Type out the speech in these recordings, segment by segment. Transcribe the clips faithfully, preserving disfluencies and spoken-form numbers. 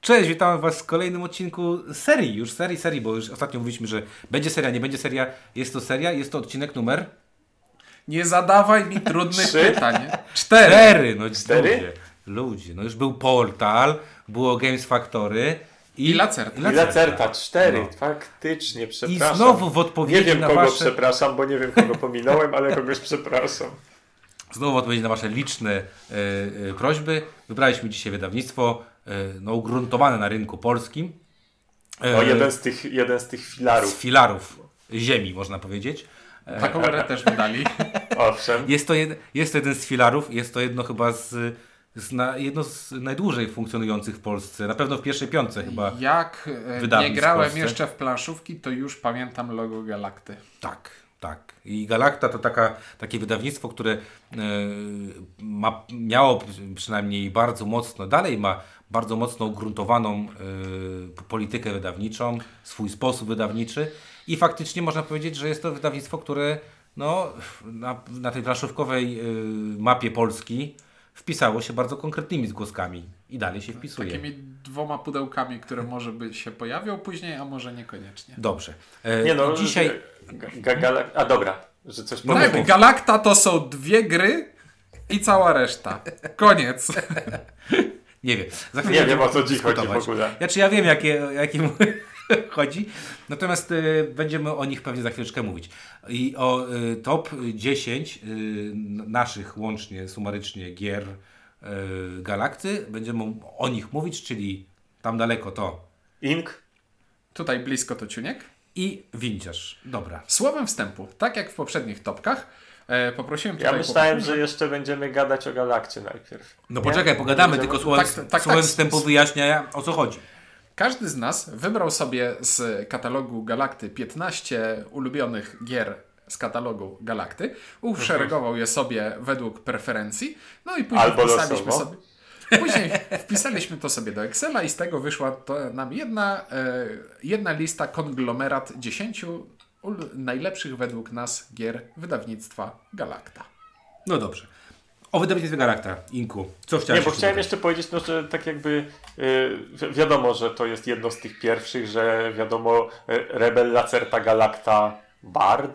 Cześć, witam was w kolejnym odcinku serii, już serii, serii, bo już ostatnio mówiliśmy, że będzie seria, nie będzie seria. Jest to seria, jest to odcinek numer... Nie zadawaj mi trudnych Trzy? pytań. Cztery. Cztery, no Cztery? ludzie, ludzie. No już był Portal, było Games Factory i... I Lacerta. I Lacerta, cztery, No. faktycznie, I przepraszam. znowu w odpowiedzi Nie wiem na kogo wasze... przepraszam, bo nie wiem kogo pominąłem, ale kogoś przepraszam. Znowu w odpowiedzi na wasze liczne e, e, prośby wybraliśmy dzisiaj wydawnictwo e, no, ugruntowane na rynku polskim. E, No jeden z tych, jeden z tych z filarów, filarów ziemi, można powiedzieć. Taką grę też wydali. owszem. Jest to, jed, jest to jeden z filarów, jest to jedno chyba z, z na, jedno z najdłużej funkcjonujących w Polsce, na pewno w pierwszej piątce chyba. Jak e, Wydawnictw nie w grałem Polsce. jeszcze w planszówki, to już pamiętam logo Galakty. Tak, tak. I Galacta to taka, takie wydawnictwo, które e, ma, miało przynajmniej bardzo mocno, dalej ma bardzo mocno ugruntowaną e, politykę wydawniczą, swój sposób wydawniczy i faktycznie można powiedzieć, że jest to wydawnictwo, które no, na, na tej planszówkowej e, mapie Polski wpisało się bardzo konkretnymi zgłoskami i dalej się wpisuje. Takimi dwoma pudełkami, które może by się pojawią później, a może niekoniecznie. Dobrze. E, Nie no, dzisiaj... Ga, ga, gala, a dobra, że coś No powiem. mów. Galakta to są dwie gry i cała reszta. Koniec. Nie wiem. Za chwilę Nie wiem, będziemy o co dziś chodzi w dyskutować. ogóle. Znaczy ja wiem, jakie, jakim chodzi, natomiast y, będziemy o nich pewnie za chwileczkę mówić. I o y, top dziesięć y, naszych łącznie, sumarycznie gier y, Galakty będziemy o nich mówić, czyli tam daleko to Ink? Tutaj blisko to Ciuniek. i Winciarz. Dobra. Słowem wstępu, tak jak w poprzednich topkach, e, poprosiłem Ja tutaj myślałem, chłopaków, że jeszcze będziemy gadać o Galakcie najpierw. No Nie? poczekaj, pogadamy, Będziemy- tylko słowem, tak, tak, słowem tak. wstępu wyjaśnia o co chodzi. Każdy z nas wybrał sobie z katalogu Galakty piętnaście ulubionych gier z katalogu Galakty, uszeregował je sobie według preferencji, no i później Albo wpisaliśmy losowo. sobie. Później wpisaliśmy to sobie do Excela i z tego wyszła to nam jedna, e, jedna lista, konglomerat dziesięciu ul- najlepszych według nas gier wydawnictwa Galakta. No dobrze. O wydawnictwie Galakta, Inku. Co chciałeś Nie, bo jeszcze chciałem dodać? jeszcze powiedzieć, no, że tak jakby yy, wi- wiadomo, że to jest jedno z tych pierwszych, że wiadomo y, Rebel, Lacerta, Galacta, Bard.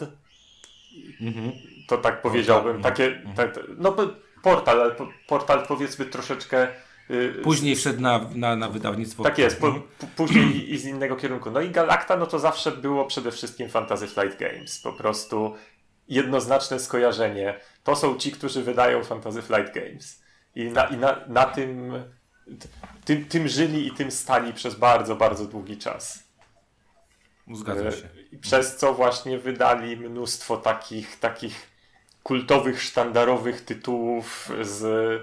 Mhm. To tak powiedziałbym. no. Takie, tak, no po- portal, ale po- portal powiedzmy troszeczkę... y, Później wszedł na, na, na wydawnictwo. Tak jest, po, Mhm. p- później i, i z innego kierunku. No i Galacta, no to zawsze było przede wszystkim Fantasy Flight Games. Po prostu jednoznaczne skojarzenie. To są ci, którzy wydają Fantasy Flight Games. I na, i na, na tym, tym, tym żyli i tym stali przez bardzo, bardzo długi czas. Zgadzam się. I przez co właśnie wydali mnóstwo takich, takich kultowych, sztandarowych tytułów z,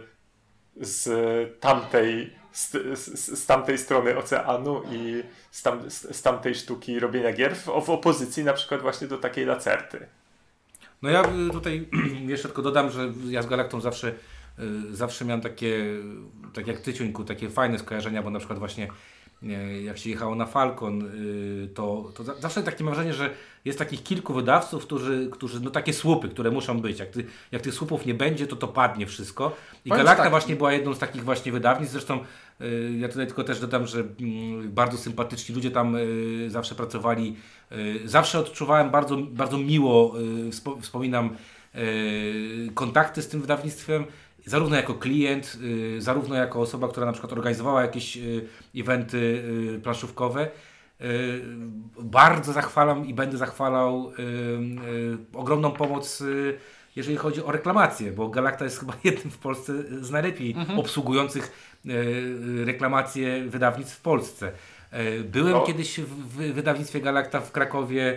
z tamtej z, z, z tamtej strony oceanu i z, tam, z, z tamtej sztuki robienia gier w, w opozycji na przykład właśnie do takiej Lacerty. No ja y, tutaj jeszcze tylko dodam, że ja z Galaktą zawsze, y, zawsze miałem takie, tak jak Ty, Ciuńku, takie fajne skojarzenia, bo na przykład właśnie y, jak się jechało na Falcon, y, to, to za, zawsze takie mam wrażenie, że jest takich kilku wydawców, którzy, którzy no takie słupy, które muszą być. Jak, ty, jak tych słupów nie będzie, to to padnie wszystko. I Powiem Galakta tak. właśnie była jedną z takich właśnie wydawnictw. Zresztą y, ja tutaj tylko też dodam, że mm, bardzo sympatyczni ludzie tam y, zawsze pracowali. Y, zawsze odczuwałem bardzo, bardzo miło, y, wspo- wspominam y, kontakty z tym wydawnictwem. Zarówno jako klient, y, zarówno jako osoba, która na przykład organizowała jakieś y, eventy y, planszówkowe. Y, bardzo zachwalam i będę zachwalał y, y, ogromną pomoc, y, jeżeli chodzi o reklamację, bo Galacta jest chyba jednym w Polsce z najlepiej obsługujących y, y, reklamacje wydawnictw w Polsce. Y, byłem No. kiedyś w, w wydawnictwie Galacta w Krakowie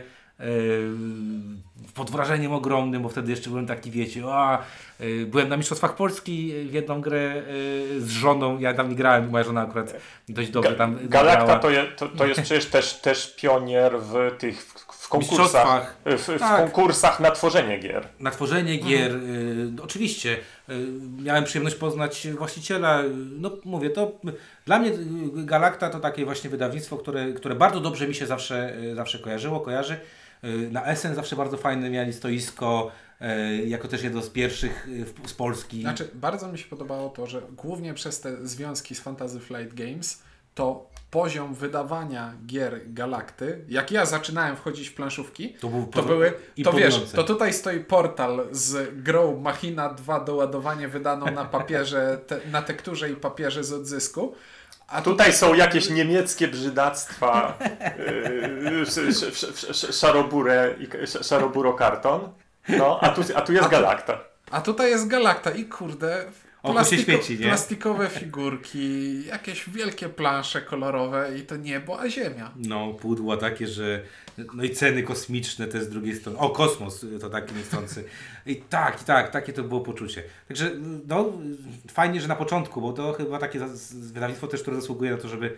pod wrażeniem ogromnym, bo wtedy jeszcze byłem taki, wiecie, a, y, byłem na Mistrzostwach Polski w jedną grę y, z żoną, ja tam nie grałem, moja żona akurat dość dobrze Ga- tam Galacta grała. to, je, to, to jest przecież też, też pionier w tych w, w konkursach, Mistrzostwach. w, w Tak. konkursach na tworzenie gier. Na tworzenie gier, y, oczywiście, y, miałem przyjemność poznać właściciela, y, no mówię, to y, dla mnie y, Galacta to takie właśnie wydawnictwo, które, które bardzo dobrze mi się zawsze, y, zawsze kojarzyło, kojarzy. Y, na Essen zawsze bardzo fajne mieli stoisko, y, jako też jedno z pierwszych y, w, z Polski. Znaczy, bardzo mi się podobało to, że głównie przez te związki z Fantasy Flight Games to poziom wydawania gier Galakty, jak ja zaczynałem wchodzić w planszówki, To był to po- były, to imponujące. wiesz, to tutaj stoi portal z grą Machina dwa do ładowania wydaną na papierze, te, na tekturze i papierze z odzysku. A Tutaj są jakieś niemieckie brzydactwa, yy, sz, sz, sz, szaroburę i sz, szaroburo karton, no, a tu, a tu jest A tu- Galakta. A tutaj jest Galakta i kurde, Oko się świeci, nie? plastikowe figurki, jakieś wielkie plansze kolorowe i to niebo, a ziemia. No, pudła takie, że... No i ceny kosmiczne też z drugiej strony. O, kosmos to taki niechcący. I tak, i tak, takie to było poczucie. Także, no, fajnie, że na początku, bo to chyba takie za- z- wydawnictwo też, które zasługuje na to, żeby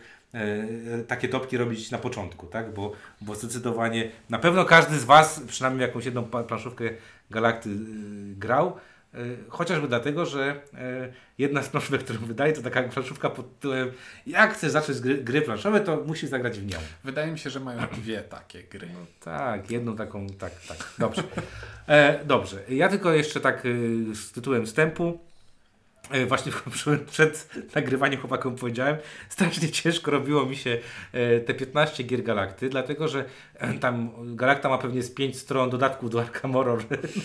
e, takie topki robić na początku, tak? Bo, bo zdecydowanie, na pewno każdy z Was, przynajmniej jakąś jedną pa- planszówkę Galakty y, grał, y, chociażby dlatego, że y, jedna z planszówek, którą wydaje, to taka planszówka pod tytułem jak chcesz zacząć gry, gry planszowe, to musisz zagrać w nią. Wydaje mi się, że mają dwie takie gry. Tak, jedną taką, tak, tak. Dobrze. E, dobrze. Ja tylko jeszcze tak y, z tytułem wstępu. E, właśnie przed, przed nagrywaniem chłopakom powiedziałem, strasznie ciężko robiło mi się e, te piętnaście gier Galakty, dlatego że e, tam Galakta ma pewnie z pięć stron dodatków do Arkham Horror,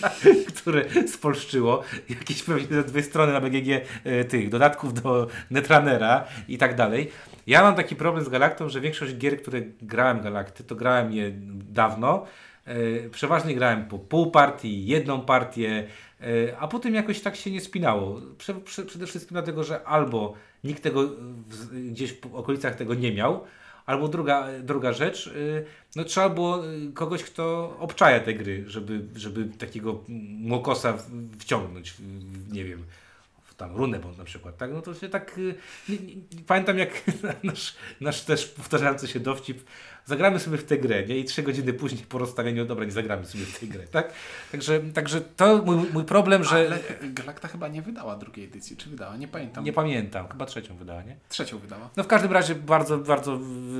które spolszczyło. Jakieś pewnie ze dwie strony na B G G e, tych dodatków do Netrunnera i tak dalej. Ja mam taki problem z Galaktą, że większość gier, które grałem Galakty, to grałem je dawno. E, przeważnie grałem po pół partii, jedną partię, e, a potem jakoś tak się nie spinało. Prze, prze, przede wszystkim dlatego, że albo nikt tego w, gdzieś w okolicach tego nie miał, albo druga, druga rzecz, e, no trzeba było kogoś, kto obczaja te gry, żeby, żeby takiego młokosa w- wciągnąć, w, w, nie wiem, w tam Runebond na przykład, tak? No to się tak, y, nie, nie, pamiętam jak nasz, nasz też powtarzający się dowcip, zagramy sobie w tę grę, nie? I trzy godziny później po rozstawieniu, dobra, nie zagramy sobie w tę grę, tak? Także, także to mój, mój problem, że... Ale Galakta chyba nie wydała drugiej edycji, czy wydała? Nie pamiętam. Nie pamiętam, chyba trzecią wydała, nie? Trzecią wydała. No w każdym razie bardzo, bardzo y,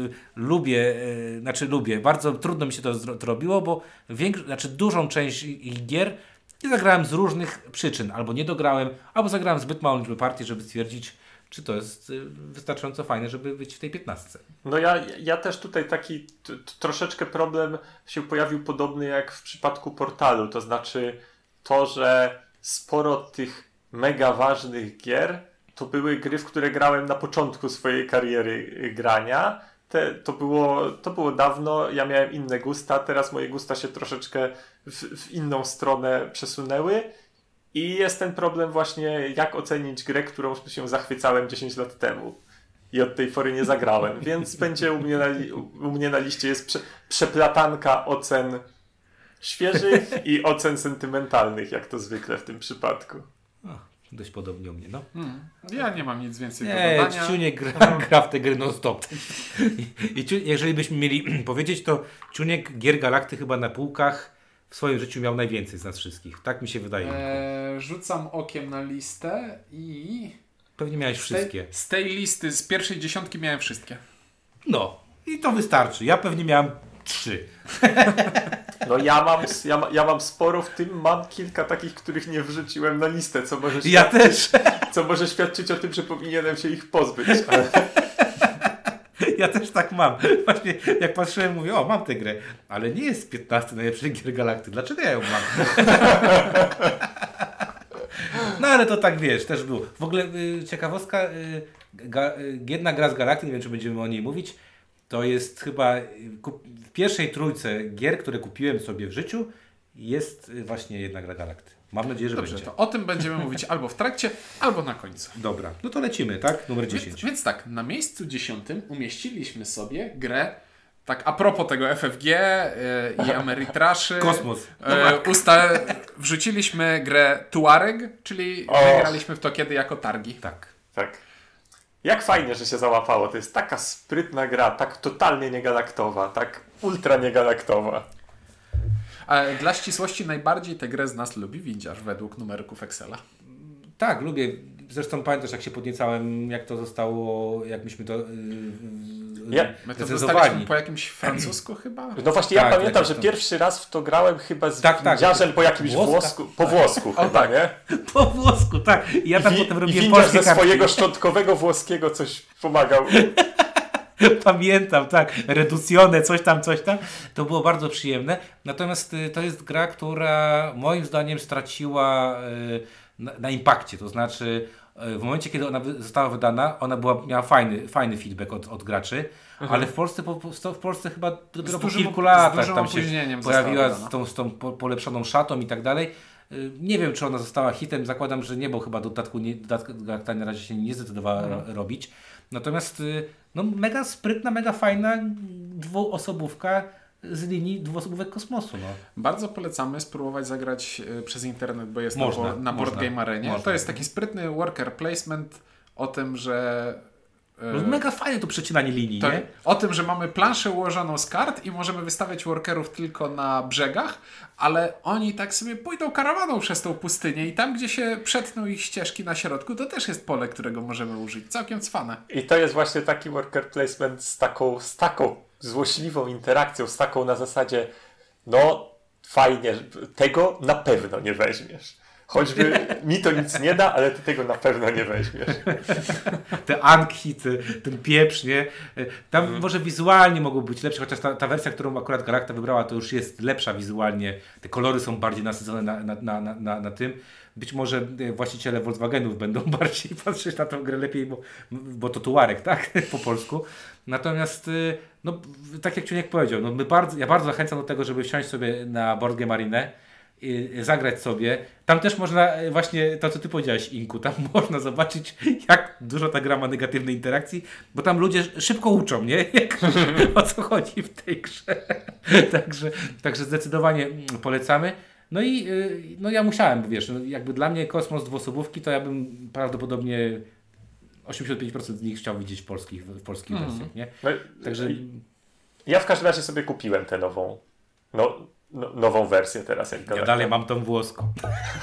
lubię, y, znaczy lubię, bardzo trudno mi się to zro- to robiło, bo większo- znaczy dużą część ich gier nie zagrałem z różnych przyczyn, albo nie dograłem, albo zagrałem zbyt małą liczbę partii, żeby stwierdzić, czy to jest y, wystarczająco fajne, żeby być w tej piętnastce. No ja, ja też tutaj taki t, t, troszeczkę problem się pojawił podobny jak w przypadku Portalu, to znaczy to, że sporo tych mega ważnych gier to były gry, w które grałem na początku swojej kariery grania. Te, to, było, to było dawno, ja miałem inne gusta, teraz moje gusta się troszeczkę w, w inną stronę przesunęły. I jest ten problem właśnie, jak ocenić grę, którą się zachwycałem dziesięć lat temu i od tej pory nie zagrałem. Więc będzie u mnie na, li- u mnie na liście jest prze, przeplatanka ocen świeżych i ocen sentymentalnych, jak to zwykle w tym przypadku. O, dość podobnie u mnie, no. Hmm. Ja nie mam nic więcej do Nie, dodania. Ciuniek gra, gra w te gry non-stop. I, i Ciu- jeżeli byśmy mieli powiedzieć, to Ciuniek gier Galakty chyba na półkach w swoim życiu miał najwięcej z nas wszystkich. Tak mi się wydaje. Eee, rzucam okiem na listę i Pewnie miałeś z tej, wszystkie. z tej listy, z pierwszej dziesiątki miałem wszystkie. No, i to wystarczy. Ja pewnie miałem trzy. No ja mam, ja, ma- ja mam sporo, w tym mam kilka takich, których nie wrzuciłem na listę, co może, Ja świadczyć, też. co może świadczyć o tym, że powinienem się ich pozbyć. Ale... Ja też tak mam. Właśnie jak patrzyłem, mówię, o, mam tę grę, ale nie jest piętnaście najlepszych gier Galakty. Dlaczego ja ją mam? No ale to tak wiesz, też było. W ogóle y, ciekawostka, y, ga, y, jedna gra z Galakty, nie wiem czy będziemy o niej mówić, to jest chyba y, kup, w pierwszej trójce gier, które kupiłem sobie w życiu, jest y, właśnie jedna gra Galakty. Mam nadzieję, że Dobrze, będzie. to o tym będziemy mówić albo w trakcie, albo na końcu. Dobra, no to lecimy, tak? Numer Więc, dziesięć. więc tak, na miejscu dziesiątym umieściliśmy sobie grę, tak a propos tego F F G e, i Ameritraszy. Kosmos. E, usta, wrzuciliśmy grę Tuareg, czyli Och. wygraliśmy w to kiedy jako targi. Tak. Tak. Jak fajnie, że się załapało. To jest taka sprytna gra, tak totalnie niegalaktowa, tak ultra niegalaktowa. A dla ścisłości najbardziej tę grę z nas lubi Windziarz według numerków Excela. Tak, lubię. Zresztą pamiętasz, jak się podniecałem, jak to zostało, jak myśmy to yy, Ja- My to recenzowali. dostaliśmy po jakimś francusku chyba? No właśnie Tak, ja pamiętam, jakoś że tam. pierwszy raz w to grałem chyba z Tak, tak. windziarzem po jakimś Włoska? włosku, po włosku chyba, nie? Po włosku, tak. I ja tam I, potem i robiłem windziarz polskie ze kartki. swojego szczątkowego włoskiego coś pomagał. Pamiętam, tak. Reducjone, coś tam, coś tam. To było bardzo przyjemne. Natomiast y, to jest gra, która moim zdaniem straciła y, na, na impakcie. To znaczy y, w momencie, kiedy ona wy, została wydana, ona była, miała fajny, fajny feedback od, od graczy, mhm. ale w Polsce, po, w Polsce chyba dopiero po kilku latach tam się pojawiła z tą, z tą polepszoną szatą i tak dalej. Nie wiem, czy ona została hitem, zakładam, że nie, bo chyba dodatku, nie, dodatku na razie się nie zdecydowała mhm. ro, robić. Natomiast no, mega sprytna, mega fajna dwuosobówka z linii dwuosobówek kosmosu. No. Bardzo polecamy spróbować zagrać przez internet, bo jest można, na, na Board Game Arenie. Można. To jest taki sprytny worker placement o tym, że No, mega fajne to przecinanie linii, to, nie? O tym, że mamy planszę ułożoną z kart i możemy wystawiać workerów tylko na brzegach, ale oni tak sobie pójdą karawaną przez tą pustynię i tam, gdzie się przetną ich ścieżki na środku, to też jest pole, którego możemy użyć. Całkiem cwane. I to jest właśnie taki worker placement z taką, z taką złośliwą interakcją, z taką na zasadzie no fajnie, tego na pewno nie weźmiesz. Choćby mi to nic nie da, ale ty tego na pewno nie weźmiesz. Te anki, te, ten pieprz, nie? Tam mm. może wizualnie mogło być lepsze, chociaż ta, ta wersja, którą akurat Galacta wybrała, to już jest lepsza wizualnie. Te kolory są bardziej nasycone na, na, na, na, na, na tym. Być może właściciele Volkswagenów będą bardziej patrzeć na tę grę lepiej, bo, bo to tuareg, tak? Po polsku. Natomiast, no, tak jak Ciuniek powiedział, no, my bardzo, ja bardzo zachęcam do tego, żeby wsiąść sobie na Board Game Arenę, zagrać sobie. Tam też można, właśnie to co ty powiedziałeś, Inku, tam można zobaczyć, jak dużo ta gra ma negatywnej interakcji, bo tam ludzie szybko uczą, nie? Jak, o co chodzi w tej grze. Także, także zdecydowanie polecamy. No i no ja musiałem, wiesz, no jakby dla mnie Kosmos dwuosobówki, to ja bym prawdopodobnie osiemdziesiąt pięć procent z nich chciał widzieć w polskich, w polskich mm. wersjach, nie? No, Także... Ja w każdym razie sobie kupiłem tę nową, no, no, nową wersję teraz. Jak ja dalej mam tą włoską.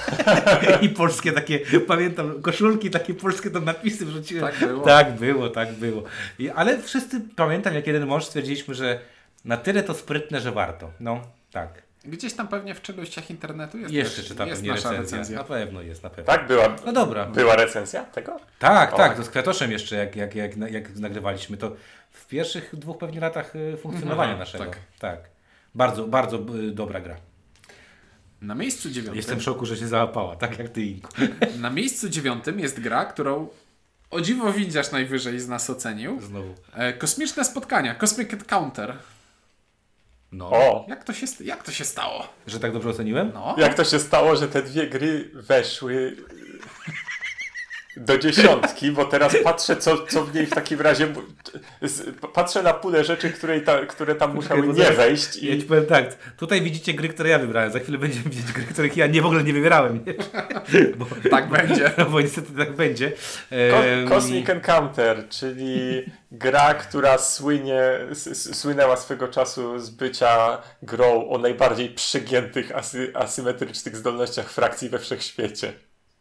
I polskie takie, pamiętam, koszulki takie polskie, tam napisy wrzuciłem. Tak było. Tak było, tak było. I, ale wszyscy, pamiętam, jak jeden mąż stwierdziliśmy, że na tyle to sprytne, że warto. No, tak. Gdzieś tam pewnie w czeluściach internetu jest Jeszcze też, czyta jest pewnie nasza recenzja. recenzja. Na pewno jest, na pewno. Tak, była. No dobra. Była recenzja tego? Tak, o, tak, to z Kwiatoszem jeszcze, jak, jak, jak, jak nagrywaliśmy to w pierwszych dwóch pewnie latach funkcjonowania mhm, naszego. tak. tak. Bardzo, bardzo dobra gra. Na miejscu dziewiątym... Jestem w szoku, że się załapała, tak jak ty, Inku. Na miejscu dziewiątym jest gra, którą o dziwo Windziarz najwyżej z nas ocenił. Znowu. E, kosmiczne spotkania, Cosmic Encounter. No. O. Jak to się, jak to się stało? Że tak dobrze oceniłem? No. Jak to się stało, że te dwie gry weszły do dziesiątki, bo teraz patrzę, co, co w niej w takim razie... Patrzę na pulę rzeczy, które, ta, które tam musiały nie zaraz, wejść. I... Ja ci powiem tak, tutaj widzicie gry, które ja wybrałem. Za chwilę będziemy widzieć gry, których ja nie w ogóle nie wybierałem. Nie? Bo, tak będzie. No, bo niestety tak będzie. Um... Cosmic Encounter, czyli gra, która słynie, słynęła swego czasu z bycia grą o najbardziej przegiętych, asy, asymetrycznych zdolnościach frakcji we wszechświecie.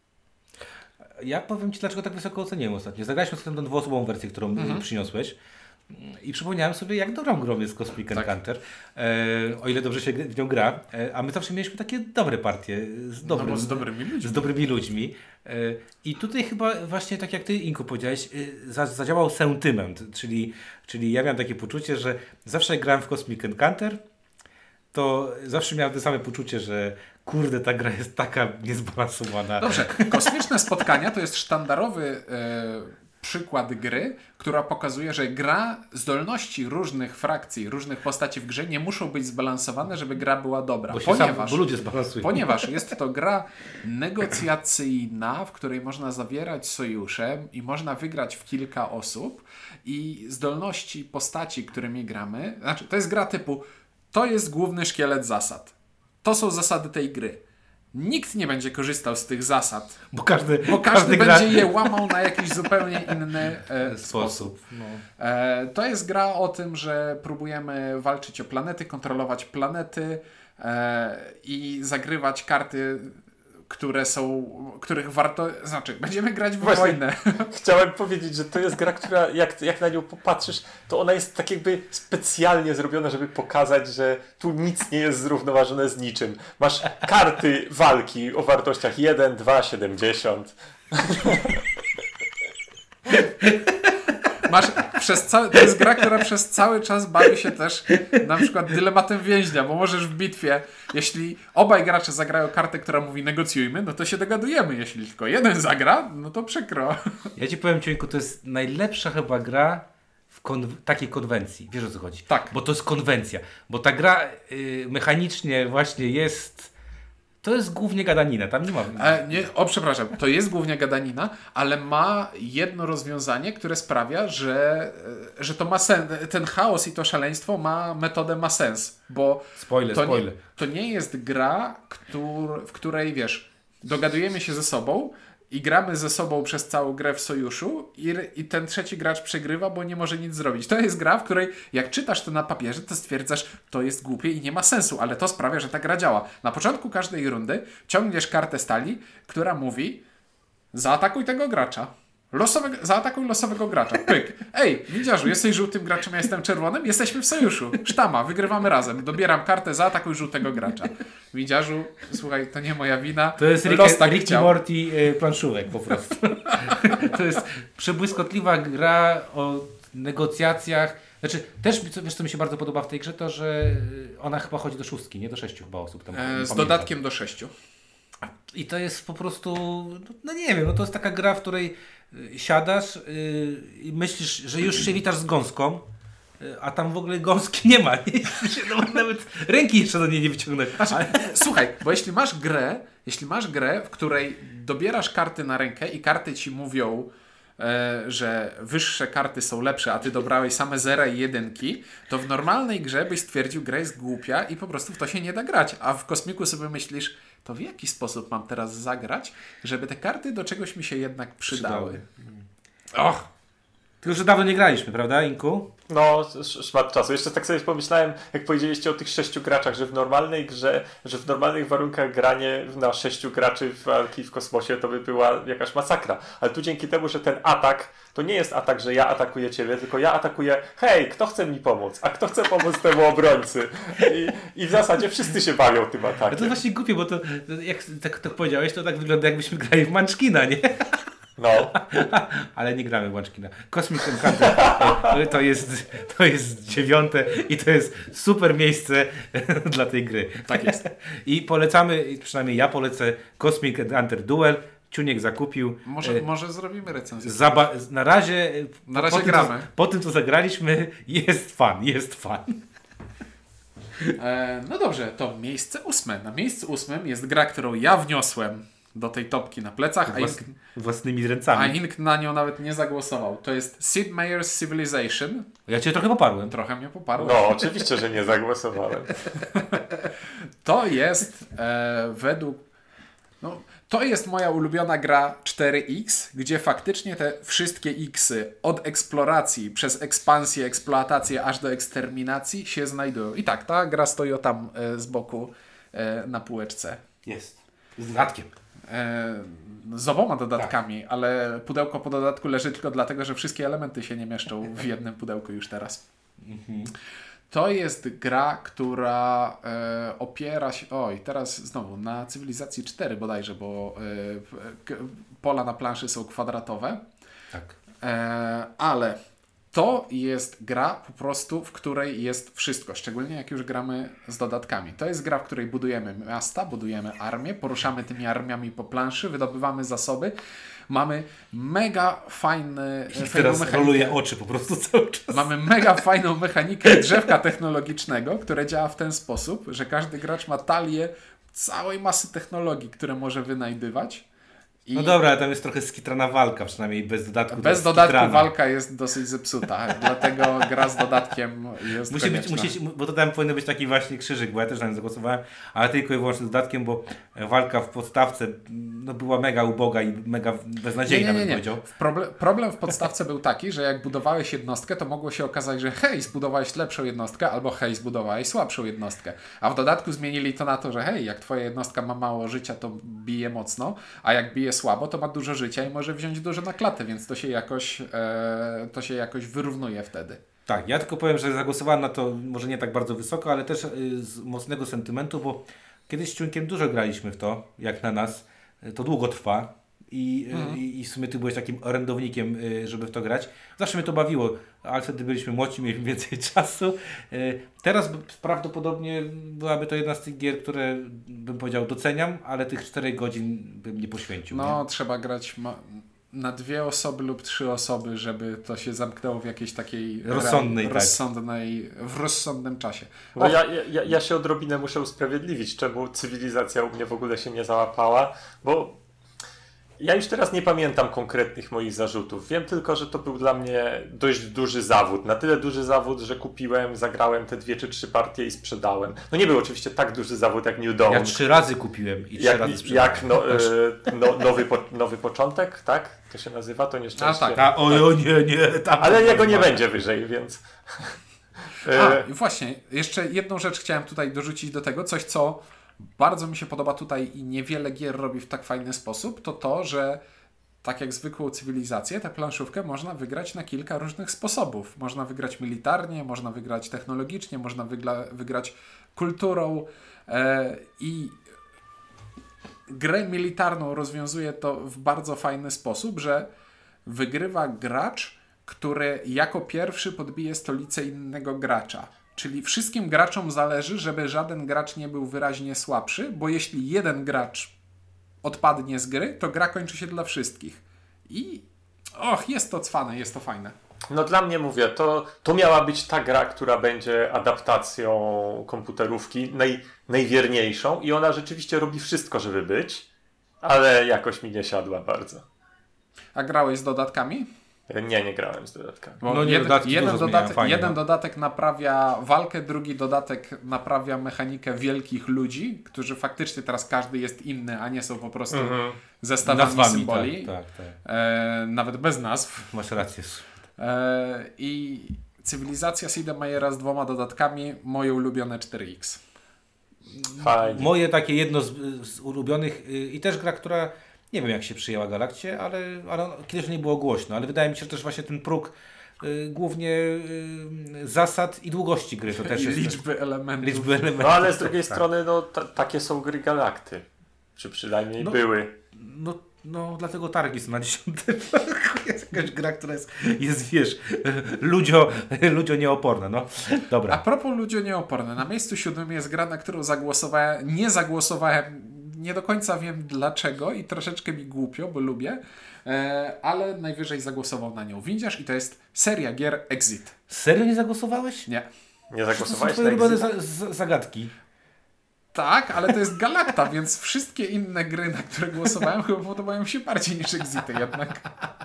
Ja powiem Ci, dlaczego tak wysoko oceniłem ostatnio. Zagraliśmy sobie tę dwuosobową wersję, którą mhm. przyniosłeś i przypomniałem sobie, jak dobrą grą jest Cosmic tak. Encounter, e, o ile dobrze się w nią gra, e, a my zawsze mieliśmy takie dobre partie z, dobrym, no, z dobrymi ludźmi. Z dobrymi ludźmi. E, I tutaj chyba właśnie tak jak Ty, Inku, powiedziałeś, e, za, zadziałał sentyment, czyli, czyli ja miałem takie poczucie, że zawsze jak grałem w Cosmic Encounter, to zawsze miałem to same poczucie, że kurde, ta gra jest taka niezbalansowana. Dobrze, Kosmiczne spotkania to jest sztandarowy e, przykład gry, która pokazuje, że gra, zdolności różnych frakcji, różnych postaci w grze nie muszą być zbalansowane, żeby gra była dobra. Bo, ponieważ, sam, bo ludzie zbalansują. Ponieważ jest to gra negocjacyjna, w której można zawierać sojusze i można wygrać w kilka osób i zdolności postaci, którymi gramy, znaczy to jest gra typu to jest główny szkielet zasad. To są zasady tej gry. Nikt nie będzie korzystał z tych zasad, bo każdy, bo każdy, każdy gra... będzie je łamał na jakiś zupełnie inny e, sposób. sposób. No. E, to jest gra o tym, że próbujemy walczyć o planety, kontrolować planety e, i zagrywać karty, które są, których warto, znaczy będziemy grać w Właśnie, wojnę. Chciałem powiedzieć, że to jest gra, która jak, jak na nią popatrzysz, to ona jest tak jakby specjalnie zrobiona, żeby pokazać, że tu nic nie jest zrównoważone z niczym. Masz karty walki o wartościach jeden, dwa, siedemdziesiąt. Masz przez cały, to jest gra, która przez cały czas bawi się też na przykład dylematem więźnia, bo możesz w bitwie, jeśli obaj gracze zagrają kartę, która mówi negocjujmy, no to się dogadujemy. Jeśli tylko jeden zagra, no to przykro. Ja ci powiem, Ciuńku, to jest najlepsza chyba gra w konw- takiej konwencji. Wiesz, o co chodzi? Tak. Bo to jest konwencja. Bo ta gra y, mechanicznie właśnie jest... To jest głównie gadanina. Tam nie ma... E, nie, o, przepraszam, to jest głównie gadanina, ale ma jedno rozwiązanie, które sprawia, że, e, że to ma sens. Ten chaos i to szaleństwo ma metodę, ma sens, bo Spoiler, to, spoiler. Nie, to nie jest gra, któr, w której, wiesz, dogadujemy się ze sobą i gramy ze sobą przez całą grę w sojuszu i, i ten trzeci gracz przegrywa, bo nie może nic zrobić. To jest gra, w której jak czytasz to na papierze, to stwierdzasz, to jest głupie i nie ma sensu, ale to sprawia, że ta gra działa. Na początku każdej rundy ciągniesz kartę stali, która mówi zaatakuj tego gracza. Losowego, zaatakuj losowego gracza. Pyk. Ej, widziarzu, jesteś żółtym graczem, ja jestem czerwonym, jesteśmy w sojuszu. Sztama, wygrywamy razem. Dobieram kartę, zaatakuj żółtego gracza. Widziarzu, słuchaj, to nie moja wina. To jest Los tak Rick i chciał. Morty y, planszówek po prostu. To jest przebłyskotliwa gra o negocjacjach. Znaczy, też wiesz, co mi się bardzo podoba w tej grze, to że ona chyba chodzi do szóstki, nie do sześciu chyba osób. Tam, E, nie z pamiętam. dodatkiem do sześciu. I to jest po prostu, no nie wiem, no to jest taka gra, w której y, siadasz y, i myślisz, że już się witasz z gąską, y, a tam w ogóle gąski nie ma. Nie? No, nawet ręki jeszcze do niej nie wyciągnąłeś. Ale, słuchaj, bo jeśli masz grę, jeśli masz grę, w której dobierasz karty na rękę i karty ci mówią, e, że wyższe karty są lepsze, a ty dobrałeś same zera i jedynki, to w normalnej grze byś stwierdził, gra jest głupia i po prostu w to się nie da grać. A w kosmiku sobie myślisz, to w jaki sposób mam teraz zagrać, żeby te karty do czegoś mi się jednak przydały. Och! Tylko, że dawno nie graliśmy, prawda, Inku? No, sz- szmat czasu. Jeszcze tak sobie pomyślałem, jak powiedzieliście o tych sześciu graczach, że w normalnej grze, że w normalnych warunkach granie na sześciu graczy w walki w kosmosie to by była jakaś masakra. Ale tu dzięki temu, że ten atak to nie jest atak, że ja atakuję ciebie, tylko ja atakuję, hej, kto chce mi pomóc? A kto chce pomóc temu obrońcy? I, i w zasadzie wszyscy się bawią tym Ale to atakiem. właśnie głupie, bo to, to jak tak to powiedziałeś, to tak wygląda, jakbyśmy grali w Munchkina, nie? No. Ale nie gramy w Munchkina. Cosmic Encounter e, to jest, to jest dziewiąte i to jest super miejsce dla tej gry. Tak jest. I polecamy, przynajmniej ja polecę Cosmic Encounter Duel. Ciuniek zakupił. Może, E, może zrobimy recenzję. Zaba- na razie, Na razie po tym, gramy. Co, po tym, co zagraliśmy, jest fan, jest fan. E, no dobrze, to miejsce ósme. Na miejscu ósmym jest gra, którą ja wniosłem do tej topki na plecach, a Włas, Ink, własnymi a ręcami. Ink na nią nawet nie zagłosował. To jest Sid Meier's Civilization. Ja cię trochę poparłem. Trochę mnie poparło. No, oczywiście, że nie zagłosowałem. To jest e, według... No, to jest moja ulubiona gra cztery X, gdzie faktycznie te wszystkie Xy od eksploracji przez ekspansję, eksploatację aż do eksterminacji się znajdują. I tak, ta gra stoi o tam e, z boku e, na półeczce. Jest. Z dodatkiem. E, z oboma dodatkami, ale pudełko po dodatku leży tylko dlatego, że wszystkie elementy się nie mieszczą w jednym pudełku już teraz. To jest gra, która e, opiera się, oj, teraz znowu na Cywilizacji cztery bodajże, bo e, k- pola na planszy są kwadratowe, Tak. e, ale to jest gra po prostu, w której jest wszystko, szczególnie jak już gramy z dodatkami. To jest gra, w której budujemy miasta, budujemy armię, poruszamy tymi armiami po planszy, wydobywamy zasoby. Mamy mega fajny, I fajną teraz mechanikę. roluje oczy po prostu cały czas. Mamy mega fajną mechanikę drzewka technologicznego, które działa w ten sposób, że każdy gracz ma talię całej masy technologii, które może wynajdywać. I No dobra, ale tam jest trochę skitrana walka, przynajmniej bez dodatku. to bez jest dodatku skitrana. walka jest dosyć zepsuta, dlatego gra z dodatkiem jest Musi być, konieczna. musi, bo to tam powinien być taki właśnie krzyżyk, bo ja też na nim zagłosowałem, ale tylko i wyłącznie z dodatkiem, bo walka w podstawce no, była mega uboga i mega beznadziejna, Nie, nie, bym nie, powiedział. nie. W Proble- problem w podstawce był taki, że jak budowałeś jednostkę, to mogło się okazać, że hej, zbudowałeś lepszą jednostkę, albo hej, zbudowałeś słabszą jednostkę. A w dodatku zmienili to na to, że hej, jak twoja jednostka ma mało życia, to bije mocno, a jak bije słabo, to ma dużo życia i może wziąć dużo na klatę, więc to się jakoś, e, to się jakoś wyrównuje wtedy. Tak, ja tylko powiem, że zagłosowałem na to może nie tak bardzo wysoko, ale też y, z mocnego sentymentu, bo kiedyś z Ciunkiem dużo graliśmy w to, jak na nas. Y, To długo trwa i, mhm. i, i w sumie ty byłeś takim orędownikiem, żeby w to grać. Zawsze mnie to bawiło, ale wtedy byliśmy młodsi, mieliśmy więcej czasu. Teraz prawdopodobnie byłaby to jedna z tych gier, które bym powiedział doceniam, ale tych czterech godzin bym nie poświęcił. No, nie? trzeba grać ma- na dwie osoby lub trzy osoby, żeby to się zamknęło w jakiejś takiej rozsądnej, re- tak. rozsądnej w rozsądnym czasie. No ja, ja, ja się odrobinę muszę usprawiedliwić, czemu cywilizacja u mnie w ogóle się nie załapała, bo ja już teraz nie pamiętam konkretnych moich zarzutów. Wiem tylko, że to był dla mnie dość duży zawód. Na tyle duży zawód, że kupiłem, zagrałem te dwie czy trzy partie i sprzedałem. No nie był oczywiście tak duży zawód jak New Dawn. Ja trzy razy kupiłem i trzy jak, razy sprzedałem. Jak no, e, no, nowy, po, nowy początek, tak? To się nazywa, to nieszczęście. A tak. A, o, o nie, nie. Tam Ale jego nie będzie wyżej, więc... A, i właśnie, jeszcze jedną rzecz chciałem tutaj dorzucić do tego, coś co bardzo mi się podoba tutaj i niewiele gier robi w tak fajny sposób, to to, że tak jak zwykłą cywilizację, tę planszówkę można wygrać na kilka różnych sposobów. Można wygrać militarnie, można wygrać technologicznie, można wygla- wygrać kulturą e, i grę militarną rozwiązuje to w bardzo fajny sposób, że wygrywa gracz, który jako pierwszy podbije stolicę innego gracza. Czyli wszystkim graczom zależy, żeby żaden gracz nie był wyraźnie słabszy, bo jeśli jeden gracz odpadnie z gry, to gra kończy się dla wszystkich. I och, jest to cwane, jest to fajne. No dla mnie, mówię, to, to miała być ta gra, która będzie adaptacją komputerówki naj, najwierniejszą i ona rzeczywiście robi wszystko, żeby być, ale jakoś mi nie siadła bardzo. A grałeś z dodatkami? Nie, nie grałem z dodatkami. Bo No nie, jed, dodatki jeden, dużo dodatek, zmieniają, fajnie, jeden no. dodatek naprawia walkę, drugi dodatek naprawia mechanikę wielkich ludzi, którzy faktycznie teraz każdy jest inny, a nie są po prostu Mhm. zestawami Nazwami, symboli. tak, tak, tak. E, nawet bez nazw. Masz rację. E, I cywilizacja Sid Meier'a z dwoma dodatkami, moje ulubione cztery X. Fajnie. Moje takie jedno z, z ulubionych y, i też gra, która nie wiem jak się przyjęła Galakcie, ale, ale kiedyś nie było głośno, ale wydaje mi się, że też właśnie ten próg y, głównie y, zasad i długości gry to też I jest. liczby elementów. Liczby elementów. No ale z drugiej tak. strony, no ta, takie są gry Galakty. Czy przynajmniej No. były. No, no dlatego targi są na dziesiątym. Jest jakaś gra, która jest, jest wiesz, ludzio, ludzio nieoporna. No. Dobra. A propos ludzi nieoporne, na miejscu siódmym jest gra, na którą zagłosowałem, nie zagłosowałem, nie do końca wiem dlaczego i troszeczkę mi głupio, bo lubię, e, ale najwyżej zagłosował na nią Windziarz i to jest seria gier Exit. Serio nie zagłosowałeś? Nie. Nie To są zagłosowałeś twoje na ulubione Exita? za, za, zagadki. Tak, ale to jest Galakta, więc wszystkie inne gry, na które głosowałem, chyba podobają mi się bardziej niż Exity jednak.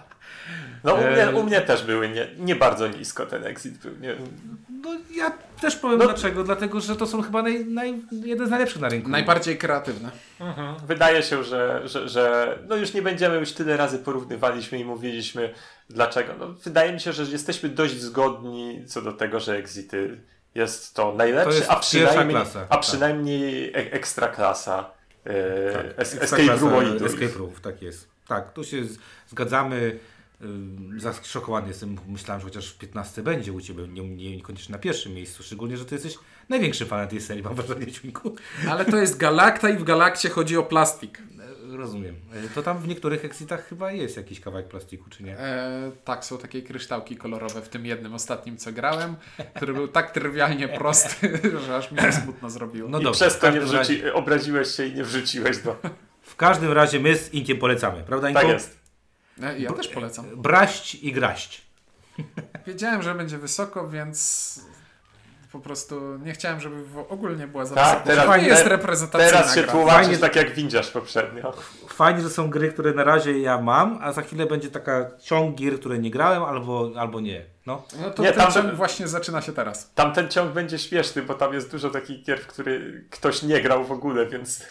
No u mnie, Eee. u mnie też były nie, nie bardzo nisko ten Exit był. Nie. No ja też powiem No. dlaczego. Dlatego, że to są chyba naj, naj, jeden z najlepszych na rynku. Najbardziej kreatywne. Mhm. Wydaje się, że, że, że no już nie będziemy, już tyle razy porównywaliśmy i mówiliśmy dlaczego. No, wydaje mi się, że jesteśmy dość zgodni co do tego, że Exity jest to najlepsze, To jest a przynajmniej, pierwsza klasa, a przynajmniej tak. ekstra klasa. E, Tak, es, Ekstra escape klasa, Room. Escape Room, tak jest. Tak, tu się z- zgadzamy. Ym, Zaszokowany jestem, myślałem, że chociaż piętnaście będzie u Ciebie, nie, nie, niekoniecznie na pierwszym miejscu, szczególnie, że Ty jesteś największym fanem tej serii, mam wrażenie, Ciuńku. Ale to jest Galakta i w Galakcie chodzi o plastik. E, Rozumiem. E, To tam w niektórych exitach chyba jest jakiś kawałek plastiku, czy nie? E, tak, są takie kryształki kolorowe w tym jednym ostatnim, co grałem, który był tak trywialnie prosty, że aż mi się smutno zrobiło. No I dobrze, przez w to nie każdym wrzuci, razie- obraziłeś się i nie wrzuciłeś do... W każdym razie my z Inkiem polecamy, prawda Inku? Tak jest. E, ja też polecam. Braść i graść. Wiedziałem, że będzie wysoko, więc po prostu nie chciałem, żeby w ogólnie była za Tak, wysoko. teraz- To nie jest te- reprezentacyjna Teraz się gra. tłumaczysz Fajnie- tak jak windziarz poprzednio. Fajnie, że są gry, które na razie ja mam, a za chwilę będzie taka ciąg gier, które nie grałem albo, albo nie. No. No to Nie, ten tam- ciąg właśnie zaczyna się teraz. Tamten ciąg będzie śmieszny, bo tam jest dużo takich gier, w które ktoś nie grał w ogóle, więc...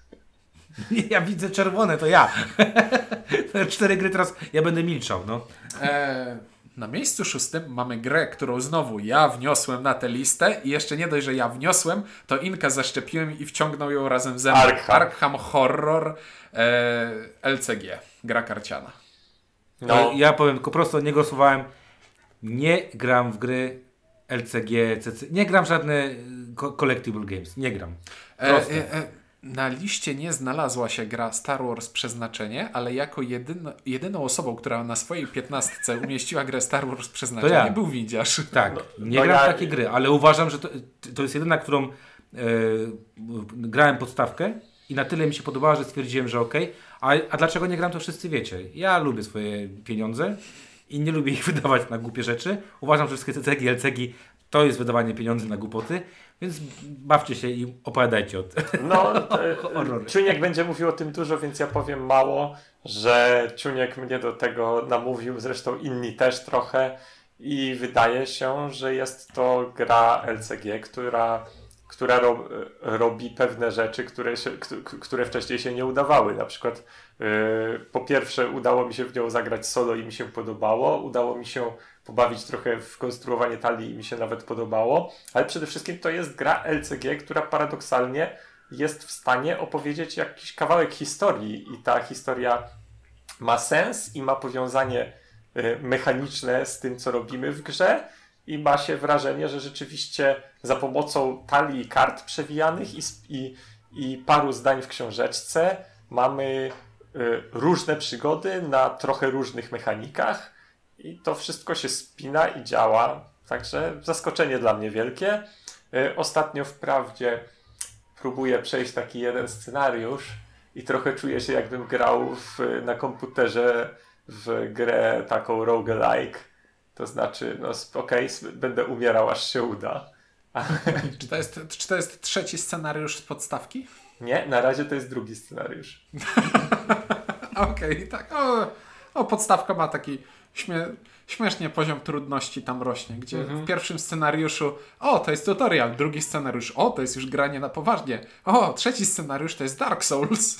Ja widzę czerwone, to ja. Te cztery gry teraz, ja będę milczał, no. E, na miejscu szóstym mamy grę, którą znowu ja wniosłem na tę listę i jeszcze nie dość, że ja wniosłem, to Inka zaszczepiłem i wciągnął ją razem ze mną. Arkham. Arkham Horror e, L C G, gra karciana. No, Ja powiem tylko prosto, nie głosowałem. Nie gram w gry L C G, C C. Nie gram w żadne y, co- collectible games. Nie gram. E, Proste. e, e, Na liście nie znalazła się gra Star Wars Przeznaczenie, ale jako jedyno, jedyną osobą, która na swojej piętnastce umieściła grę Star Wars Przeznaczenie, ja. był Windziarz. Tak, No, nie no gram w ja- takie gry, ale uważam, że to, to jest jedyna, którą e, grałem podstawkę i na tyle mi się podobała, że stwierdziłem, że okej. A, a dlaczego nie gram, to wszyscy wiecie. Ja lubię swoje pieniądze i nie lubię ich wydawać na głupie rzeczy. Uważam, że wszystkie C C G, L C G to jest wydawanie pieniędzy na głupoty, więc bawcie się i opowiadajcie o tym. No, te- Horrory. Ciuniek będzie mówił o tym dużo, więc ja powiem mało, że Ciuniek mnie do tego namówił, zresztą inni też trochę i wydaje się, że jest to gra L C G, która, która ro, robi pewne rzeczy, które, się, k- które wcześniej się nie udawały. Na przykład yy, po pierwsze udało mi się w nią zagrać solo i mi się podobało, udało mi się pobawić trochę w konstruowanie talii i mi się nawet podobało, ale przede wszystkim to jest gra L C G, która paradoksalnie jest w stanie opowiedzieć jakiś kawałek historii i ta historia ma sens i ma powiązanie y, mechaniczne z tym, co robimy w grze i ma się wrażenie, że rzeczywiście za pomocą talii kart przewijanych i, sp- i, i paru zdań w książeczce mamy y, różne przygody na trochę różnych mechanikach i to wszystko się spina i działa. Także zaskoczenie dla mnie wielkie. Y, Ostatnio wprawdzie próbuję przejść taki jeden scenariusz i trochę czuję się, jakbym grał w, na komputerze w grę taką roguelike. To znaczy, no s- okej, s- będę umierał, aż się uda. Czy to, jest, czy to jest trzeci scenariusz z podstawki? Nie, na razie to jest drugi scenariusz. Okej, tak. O, o, podstawka ma taki śmie, śmiesznie poziom trudności tam rośnie, gdzie Mhm. w pierwszym scenariuszu o, to jest tutorial, drugi scenariusz, o, to jest już granie na poważnie, o, trzeci scenariusz to jest Dark Souls.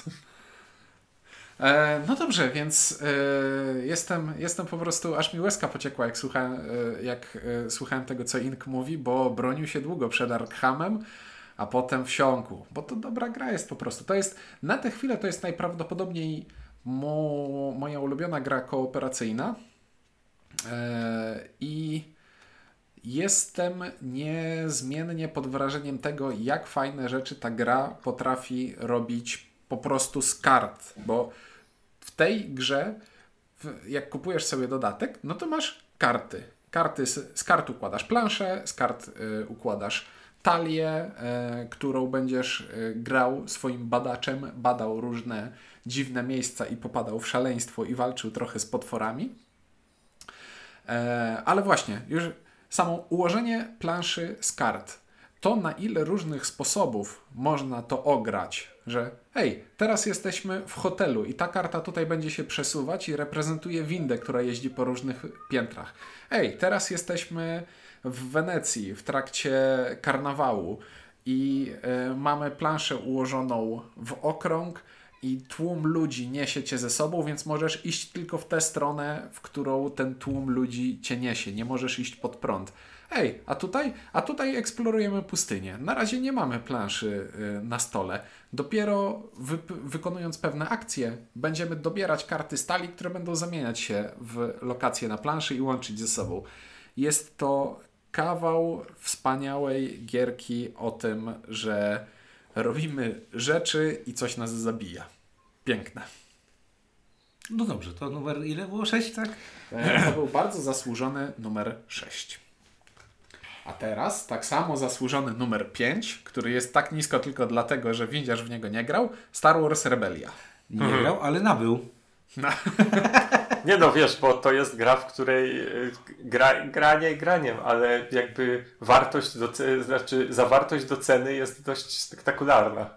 E, no dobrze, więc e, jestem, jestem po prostu, aż mi łezka pociekła, jak słuchałem, e, jak e, słuchałem tego, co Ink mówi, bo bronił się długo przed Arkhamem, a potem wsiąkł, bo to dobra gra jest po prostu. To jest, na tę chwilę to jest najprawdopodobniej mo, moja ulubiona gra kooperacyjna e, i jestem niezmiennie pod wrażeniem tego, jak fajne rzeczy ta gra potrafi robić po prostu z kart, bo w tej grze, w- jak kupujesz sobie dodatek, no to masz karty. Karty z, z kart układasz planszę, z kart y, układasz talię, y, którą będziesz y, grał swoim badaczem, badał różne dziwne miejsca i popadał w szaleństwo i walczył trochę z potworami. E, ale właśnie, już samo ułożenie planszy z kart, to na ile różnych sposobów można to ograć, że hej, teraz jesteśmy w hotelu i ta karta tutaj będzie się przesuwać i reprezentuje windę, która jeździ po różnych piętrach. Ej, teraz jesteśmy w Wenecji w trakcie karnawału i e, mamy planszę ułożoną w okrąg i tłum ludzi niesie cię ze sobą, więc możesz iść tylko w tę stronę, w którą ten tłum ludzi cię niesie. Nie możesz iść pod prąd. Ej, a tutaj, a tutaj eksplorujemy pustynię. Na razie nie mamy planszy y, na stole. Dopiero wy, wykonując pewne akcje, będziemy dobierać karty stali, które będą zamieniać się w lokacje na planszy i łączyć ze sobą. Jest to kawał wspaniałej gierki o tym, że robimy rzeczy i coś nas zabija. Piękne. No dobrze, to numer ile było? sześć, tak? E, To był bardzo zasłużony numer sześć. A teraz tak samo zasłużony numer pięć, który jest tak nisko tylko dlatego, że Windziarz w niego nie grał. Star Wars Rebellia. Nie grał, ale nabył. No. Nie no, wiesz, bo to jest gra, w której y, gra, granie graniem, ale jakby wartość do ce- znaczy zawartość do ceny jest dość spektakularna.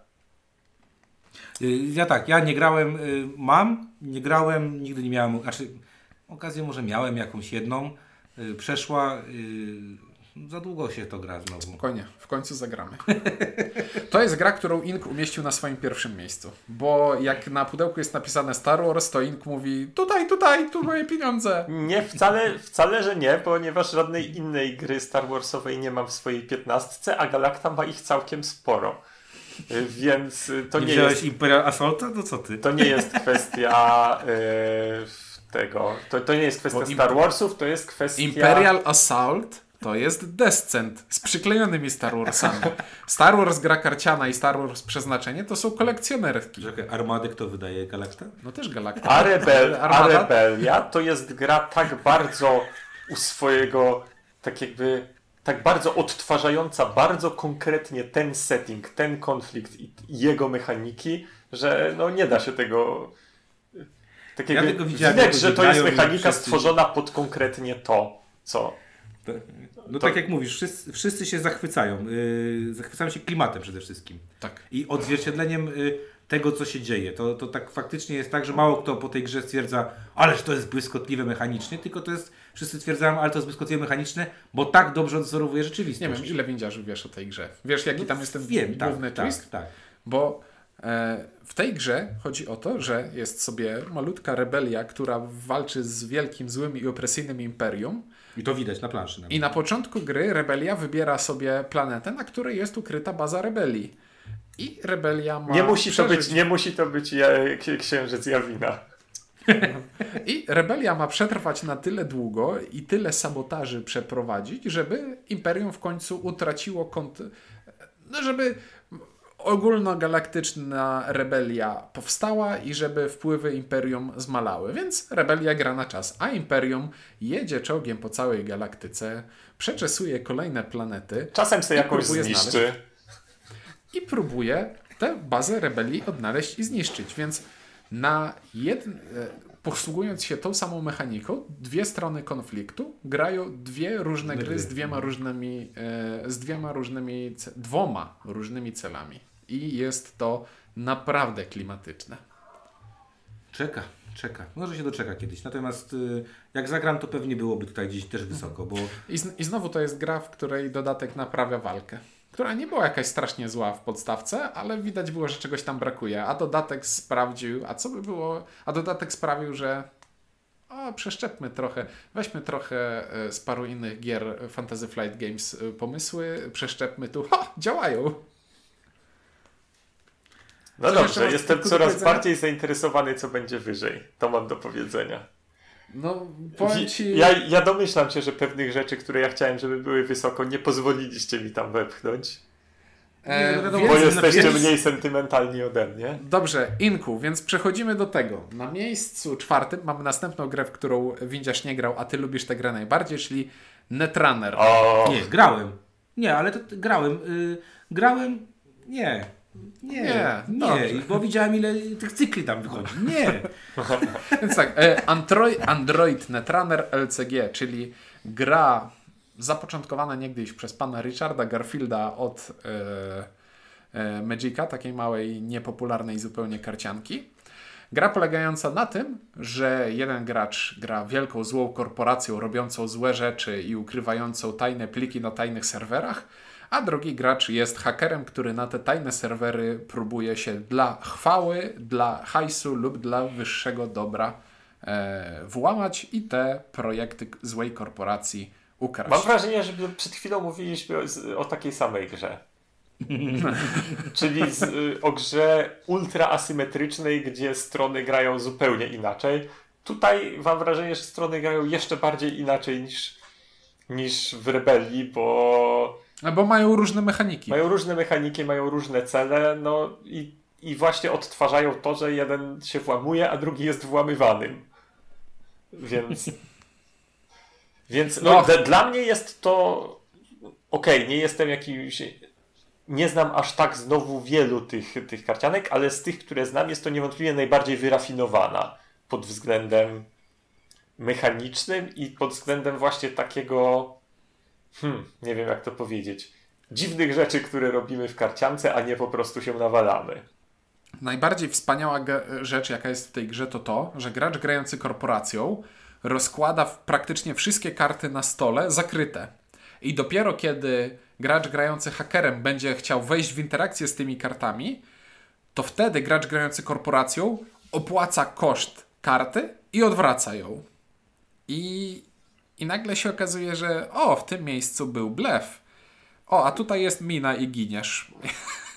Y, Ja tak, ja nie grałem, y, mam, nie grałem, nigdy nie miałem, znaczy okazję może miałem jakąś jedną, y, przeszła, y, za długo się to gra znowu. Spokojnie, w końcu zagramy. To jest gra, którą Ink umieścił na swoim pierwszym miejscu. Bo jak na pudełku jest napisane Star Wars, to Ink mówi tutaj, tutaj, tu moje pieniądze. Nie, wcale, wcale, że nie, ponieważ żadnej innej gry Star Warsowej nie mam w swojej piętnastce, a Galacta ma ich całkiem sporo. Y, Więc y, to nie nie, wziąłeś jest, Imperial Assaulta? To co ty? to nie jest kwestia y, tego. To, to nie jest kwestia Bo im- Star Warsów, to jest kwestia. Imperial Assault To jest Descent z przyklejonymi Star Warsami. Star Wars gra karciana i Star Wars Przeznaczenie to są kolekcjonerki. Czekaj, Armadę kto wydaje? Galacta? No też Galacta. A, rebel, a Armada? Rebelia to jest gra tak bardzo u swojego, tak jakby, tak bardzo odtwarzająca bardzo konkretnie ten setting, ten konflikt i jego mechaniki, że no nie da się tego... Tak Ja jakby tylko widziałem, widać, jak że to jest grają i mechanika wszyscy- stworzona pod konkretnie to, co... To, no To- tak jak mówisz, wszyscy, wszyscy się zachwycają. Yy, zachwycają się klimatem przede wszystkim. Tak. I odzwierciedleniem y, tego, co się dzieje. To, to tak faktycznie jest tak, że mało kto po tej grze stwierdza, ależ to jest błyskotliwe mechanicznie, tylko to jest, wszyscy stwierdzają, ale to jest błyskotliwe mechaniczne, bo tak dobrze odzorowuje rzeczywistość. Nie wiem, ile windziarzy wiesz o tej grze. Wiesz, jaki tam jest ten Wiem, główny tak, twist? tak, tak. Bo e, w tej grze chodzi o to, że jest sobie malutka rebelia, która walczy z wielkim, złym i opresyjnym imperium. I to widać na planszy. Nawet. I na początku gry rebelia wybiera sobie planetę, na której jest ukryta baza rebelii. I rebelia ma Nie musi to przeżyć. być, nie musi to być ja, księżyc Jawina. I rebelia ma przetrwać na tyle długo i tyle sabotaży przeprowadzić, żeby imperium w końcu utraciło kont... No, żeby ogólnogalaktyczna rebelia powstała i żeby wpływy imperium zmalały. Więc rebelia gra na czas, a imperium jedzie czołgiem po całej galaktyce, przeczesuje kolejne planety Czasem sobie I jakąś próbuje zniszczy. znaleźć. i próbuje tę bazę rebelii odnaleźć i zniszczyć. Więc na jed... e, posługując się tą samą mechaniką, dwie strony konfliktu grają dwie różne gry z dwiema różnymi, e, z dwiema różnymi, ce- dwoma różnymi celami. I jest to naprawdę klimatyczne. Czeka, czeka. Może się doczeka kiedyś. Natomiast y, jak zagram, to pewnie byłoby tutaj gdzieś też wysoko, bo I, z, I znowu to jest gra, w której dodatek naprawia walkę. Która nie była jakaś strasznie zła w podstawce, ale widać było, że czegoś tam brakuje. A dodatek sprawdził, a co by było, a dodatek sprawił, że o, przeszczepmy trochę, weźmy trochę e, z paru innych gier Fantasy Flight Games e, pomysły, przeszczepmy tu, ha, działają. No Coś jeszcze dobrze, masz jestem tylko do coraz powiedzenia? bardziej zainteresowany, co będzie wyżej. To mam do powiedzenia. No, powiem ci... Ja, ja domyślam się, że pewnych rzeczy, które ja chciałem, żeby były wysoko, nie pozwoliliście mi tam wepchnąć. E, Nie, wiadomo, Bo więc- jesteście więc- mniej sentymentalni ode mnie. Dobrze, Inku, więc przechodzimy do tego. Na miejscu czwartym mamy następną grę, w którą Windziarz nie grał, a ty lubisz tę grę najbardziej, czyli Netrunner. O, nie, grałem. Nie, ale to, to grałem. Y, grałem. Nie. Nie, Nie, nie, dobrze. bo widziałem ile tych cykli tam wychodzi. Nie. Więc tak, e, Android, Android Netrunner L C G, czyli gra zapoczątkowana niegdyś przez pana Richarda Garfielda od e, e, Magica, takiej małej, niepopularnej zupełnie karcianki. Gra polegająca na tym, że jeden gracz gra wielką, złą korporacją robiącą złe rzeczy i ukrywającą tajne pliki na tajnych serwerach, a drugi gracz jest hakerem, który na te tajne serwery próbuje się dla chwały, dla hajsu lub dla wyższego dobra e, włamać i te projekty k- złej korporacji ukraść. mam wrażenie, że przed chwilą mówiliśmy o, z- o takiej samej grze. Czyli z, y, o grze ultra asymetrycznej, gdzie strony grają zupełnie inaczej. Tutaj mam wrażenie, że strony grają jeszcze bardziej inaczej niż, niż w Rebelii, bo No, bo mają różne mechaniki. mają różne mechaniki, mają różne cele, no i, i właśnie odtwarzają to, że jeden się włamuje, a drugi jest włamywanym. Więc... Więc no, No. d- dla mnie jest to... Okej, nie jestem jakimś... Nie znam aż tak znowu wielu tych, tych karcianek, ale z tych, które znam, jest to niewątpliwie najbardziej wyrafinowana pod względem mechanicznym i pod względem właśnie takiego... Hmm, nie wiem jak to powiedzieć. Dziwnych rzeczy, które robimy w karciance, a nie po prostu się nawalamy. Najbardziej wspaniała ge- rzecz, jaka jest w tej grze, to to, że gracz grający korporacją rozkłada w praktycznie wszystkie karty na stole zakryte. I dopiero kiedy gracz grający hakerem będzie chciał wejść w interakcję z tymi kartami, to wtedy gracz grający korporacją opłaca koszt karty i odwraca ją. I, i nagle się okazuje, że o, w tym miejscu był blef. O, a tutaj jest mina i giniesz.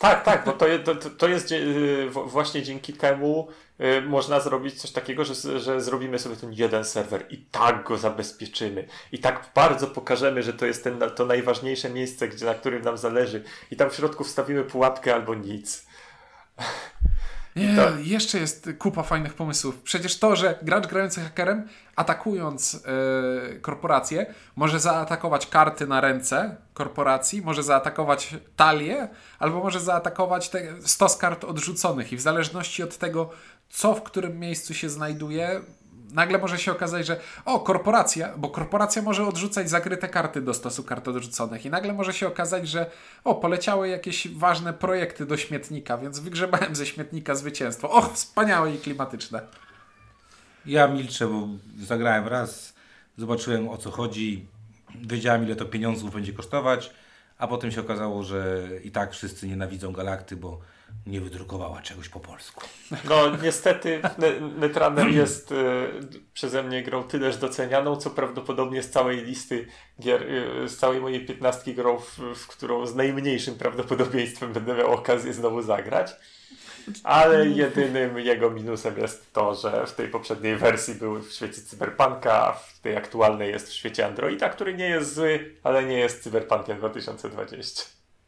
Tak, tak, bo to, je, to, to jest dzie- właśnie dzięki temu y, można zrobić coś takiego, że, że zrobimy sobie ten jeden serwer i tak go zabezpieczymy. I tak bardzo pokażemy, że to jest ten, to najważniejsze miejsce, gdzie, na którym nam zależy. I tam w środku wstawimy pułapkę albo nic. Nie, to... jeszcze jest kupa fajnych pomysłów. Przecież to, że gracz grający hakerem, atakując yy, korporację, może zaatakować karty na ręce korporacji, może zaatakować talię, albo może zaatakować te stos kart odrzuconych i w zależności od tego, co w którym miejscu się znajduje, nagle może się okazać, że o, korporacja, bo korporacja może odrzucać zakryte karty do stosu kart odrzuconych i nagle może się okazać, że o, poleciały jakieś ważne projekty do śmietnika, więc wygrzebałem ze śmietnika zwycięstwo. O, wspaniałe i klimatyczne. Ja milczę, bo zagrałem raz, zobaczyłem o co chodzi, wiedziałem ile to pieniądzów będzie kosztować, a potem się okazało, że i tak wszyscy nienawidzą Galakty, bo nie wydrukowała czegoś po polsku. No niestety ne- Netrunner jest y, przeze mnie grą tyleż docenianą, co prawdopodobnie z całej listy gier, y, z całej mojej piętnastki grą, w, w którą z najmniejszym prawdopodobieństwem będę miał okazję znowu zagrać. Ale jedynym jego minusem jest to, że w tej poprzedniej wersji były w świecie Cyberpunka, a w tej aktualnej jest w świecie Androida, który nie jest zły, ale nie jest Cyberpunkiem dwa tysiące dwudziestym.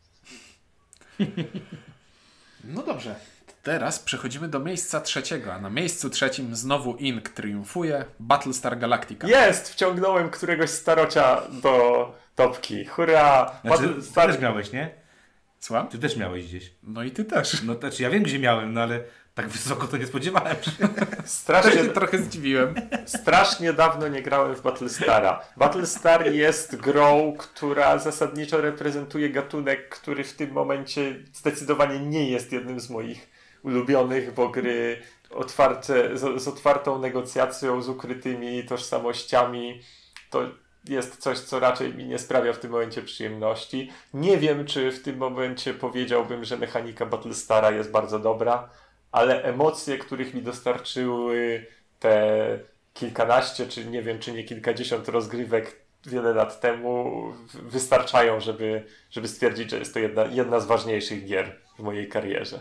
No dobrze. Teraz przechodzimy do miejsca trzeciego, a na miejscu trzecim znowu Ink triumfuje, Battlestar Galactica. Jest! Wciągnąłem któregoś starocia do topki. Hurra! Znaczy, ty Battlestar... też miałeś, nie? Słucham? Ty też miałeś gdzieś. No i ty też. No znaczy ja wiem, gdzie miałem, no ale tak wysoko to nie spodziewałem się. Strasznie... Też się trochę zdziwiłem. Strasznie dawno nie grałem w Battlestara. Battlestar jest grą, która zasadniczo reprezentuje gatunek, który w tym momencie zdecydowanie nie jest jednym z moich ulubionych, bo gry otwarte, z, z otwartą negocjacją, z ukrytymi tożsamościami, to jest coś, co raczej mi nie sprawia w tym momencie przyjemności. Nie wiem, czy w tym momencie powiedziałbym, że mechanika Battlestara jest bardzo dobra, ale emocje, których mi dostarczyły te kilkanaście, czy nie wiem, czy nie kilkadziesiąt rozgrywek wiele lat temu wystarczają, żeby, żeby stwierdzić, że jest to jedna, jedna z ważniejszych gier w mojej karierze.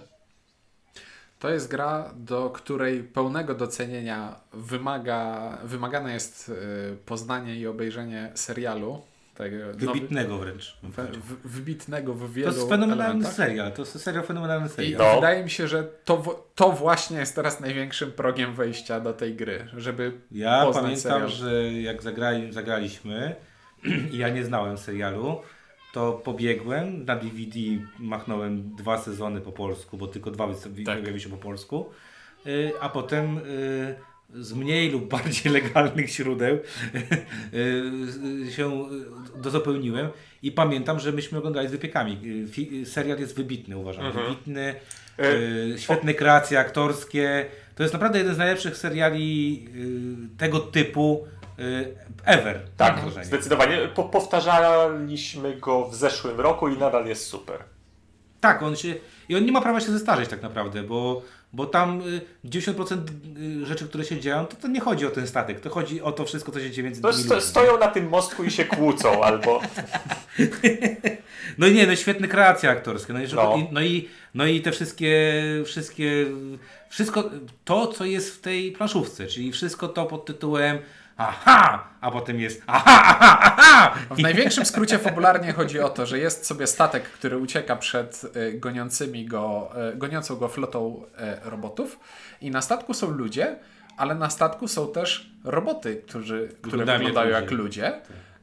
To jest gra, do której pełnego docenienia wymaga, wymagane jest y, poznanie i obejrzenie serialu. Tego Wybitnego nowy, wręcz. w, w, wybitnego w To wielu jest fenomenalny elementach. serial. To jest serio fenomenalny I serial. wydaje mi się, że to, w- to właśnie jest teraz największym progiem wejścia do tej gry, żeby Ja poznać pamiętam, serial. że jak zagrali, zagraliśmy i ja nie znałem serialu, to pobiegłem, na D V D machnąłem dwa sezony po polsku, bo tylko dwa Tak. pojawiły się po polsku, y, a potem y, z mniej lub bardziej legalnych źródeł y, y, się dozupełniłem i pamiętam, że myśmy oglądali z wypiekami. Y, fi- Serial jest wybitny, uważam. Mhm. Wybitny, Y, y, świetne kreacje aktorskie. To jest naprawdę jeden z najlepszych seriali y, tego typu y, ever. Tak, mam wrażenie. zdecydowanie. Po, powtarzaliśmy go w zeszłym roku i nadal jest super. Tak, on się. I on nie ma prawa się zestarzeć tak naprawdę, bo, bo tam y, dziewięćdziesiąt procent y, rzeczy, które się dzieją, to, to nie chodzi o ten statek, to chodzi o to wszystko, co się dzieje między To tymi sto, ludźmi. stoją na tym mostku i się kłócą, albo... No i nie, no świetne kreacje aktorskie. No i, No. i, no i, no i te wszystkie, wszystkie, wszystko to, co jest w tej planszówce, czyli wszystko to pod tytułem aha, a potem jest aha, aha, aha. W największym skrócie fabularnie chodzi o to, że jest sobie statek, który ucieka przed y, goniącymi go, y, goniącą go flotą y, robotów i na statku są ludzie, ale na statku są też roboty, którzy, które Wyglądają jak wyglądają jak ludzie. ludzie.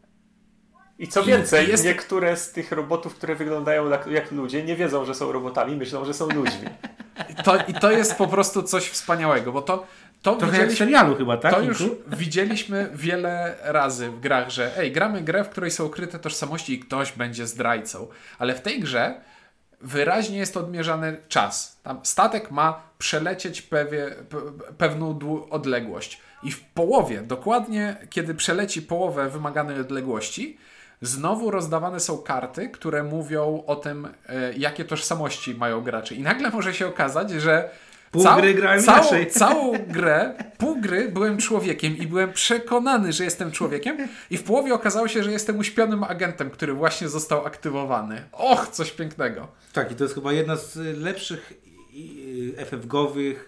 I co I więcej, jest- niektóre z tych robotów, które wyglądają jak, jak ludzie, nie wiedzą, że są robotami, myślą, że są ludźmi. I to, I to jest po prostu coś wspaniałego, bo to, to Trochę jak w widzieliśmy, serialu chyba, tak? to już Inku? widzieliśmy wiele razy w grach, że ej, gramy grę, w której są ukryte tożsamości i ktoś będzie zdrajcą. Ale w tej grze wyraźnie jest odmierzany czas. Tam statek ma przelecieć pewie, pe, pewną dłu- odległość. I w połowie, dokładnie kiedy przeleci połowę wymaganej odległości, znowu rozdawane są karty, które mówią o tym, e, jakie tożsamości mają gracze. I nagle może się okazać, że Pół Cał, gry grałem całą, inaczej. całą grę, pół gry byłem człowiekiem i byłem przekonany, że jestem człowiekiem i w połowie okazało się, że jestem uśpionym agentem, który właśnie został aktywowany. Och, coś pięknego. Tak, i to jest chyba jedna z lepszych F F G-owych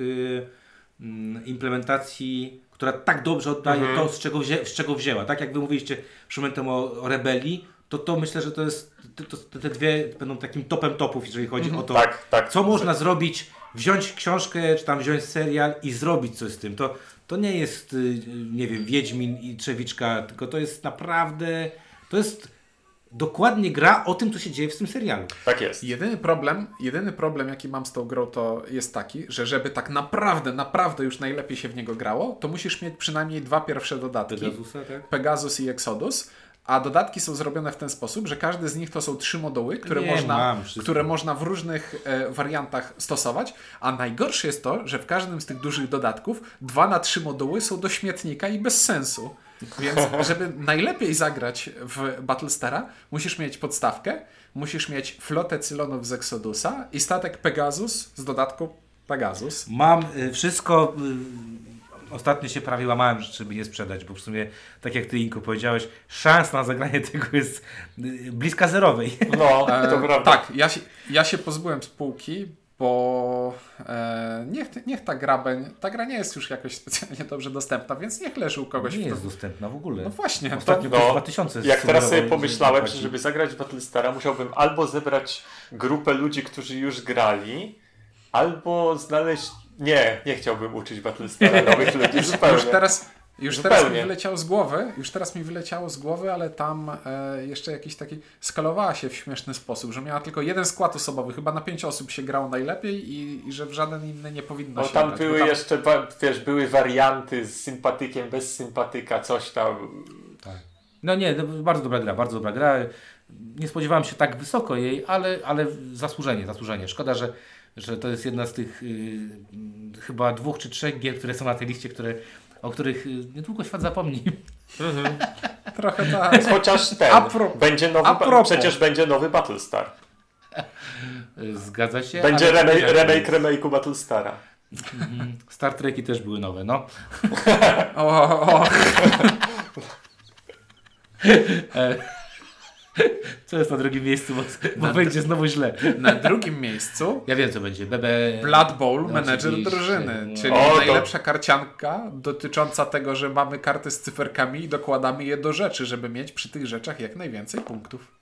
implementacji, która tak dobrze oddaje Mhm. to, z czego, wzię, z czego wzięła. Tak jak wy mówiliście przed momentem o, o Rebelii, to to myślę, że to jest, to, to, te dwie będą takim topem topów, jeżeli chodzi o to, Tak, tak. co można zrobić, wziąć książkę, czy tam wziąć serial i zrobić coś z tym. To, to nie jest, y, nie wiem, Wiedźmin i Trzewiczka, tylko to jest naprawdę, to jest dokładnie gra o tym, co się dzieje w tym serialu. Tak jest. Jedyny problem, jedyny problem, jaki mam z tą grą, to jest taki, że żeby tak naprawdę, naprawdę już najlepiej się w niego grało, to musisz mieć przynajmniej dwa pierwsze dodatki. Pegasusa, tak? Pegasus i Exodus. A dodatki są zrobione w ten sposób, że każdy z nich to są trzy moduły, które, Nie, można, mam wszystko. które można w różnych e, wariantach stosować. A najgorsze jest to, że w każdym z tych dużych dodatków dwa na trzy moduły są do śmietnika i bez sensu. Więc żeby najlepiej zagrać w Battlestara, musisz mieć podstawkę, musisz mieć flotę Cylonów z Exodusa i statek Pegasus z dodatku Pegasus. Mam y, wszystko. Y, ostatnio się prawie łamałem, żeby nie sprzedać, bo w sumie, tak jak ty, Inku, powiedziałeś, szans na zagranie tego jest y, bliska zerowej. No, to E, prawda. tak, ja się, ja się pozbyłem spółki, bo e, niech, niech ta gra będzie, ta gra nie jest już jakoś specjalnie dobrze dostępna, więc niech leży u kogoś. Nie w jest to- dostępna w ogóle. No właśnie, Ostatnio to, to No, dwa tysiące Jak teraz sobie sugerował, pomyślałem, że że żeby zagrać w Battlestara, musiałbym albo zebrać grupę ludzi, którzy już grali, albo znaleźć... Nie, nie chciałbym uczyć Battlestara nowych ludzi zupełnie. już teraz, już teraz mi Zupełnie. wyleciało z głowy, już teraz mi wyleciało z głowy, ale tam e, jeszcze jakiś taki skalowała się w śmieszny sposób, że miała tylko jeden skład osobowy, chyba na pięć osób się grało najlepiej i, i że w żaden inny nie powinno No się tam grać, były bo tam- jeszcze, wa- wiesz, były warianty z sympatykiem, bez sympatyka, coś tam. No nie, to bardzo dobra gra, bardzo dobra gra. Nie spodziewałem się tak wysoko jej, ale, ale zasłużenie, zasłużenie. Szkoda, że, że to jest jedna z tych y, chyba dwóch czy trzech gier, które są na tej liście, które, o których y, niedługo świat zapomni. Trochę tak. Chociaż ten, A pro- będzie nowy, a ba- propos. przecież będzie nowy Battlestar. Y, Zgadza się. Będzie ale- remake, remake remake'u Battlestara. Star Treki też były nowe, no. O, o, o. Co jest na drugim miejscu, bo, bo Na będzie znowu źle. Na drugim miejscu Ja wiem, co będzie. Bebe... Blood Bowl, No menedżer oczywiście, drużyny, no. czyli O, to- najlepsza karcianka dotycząca tego, że mamy karty z cyferkami i dokładamy je do rzeczy, żeby mieć przy tych rzeczach jak najwięcej punktów.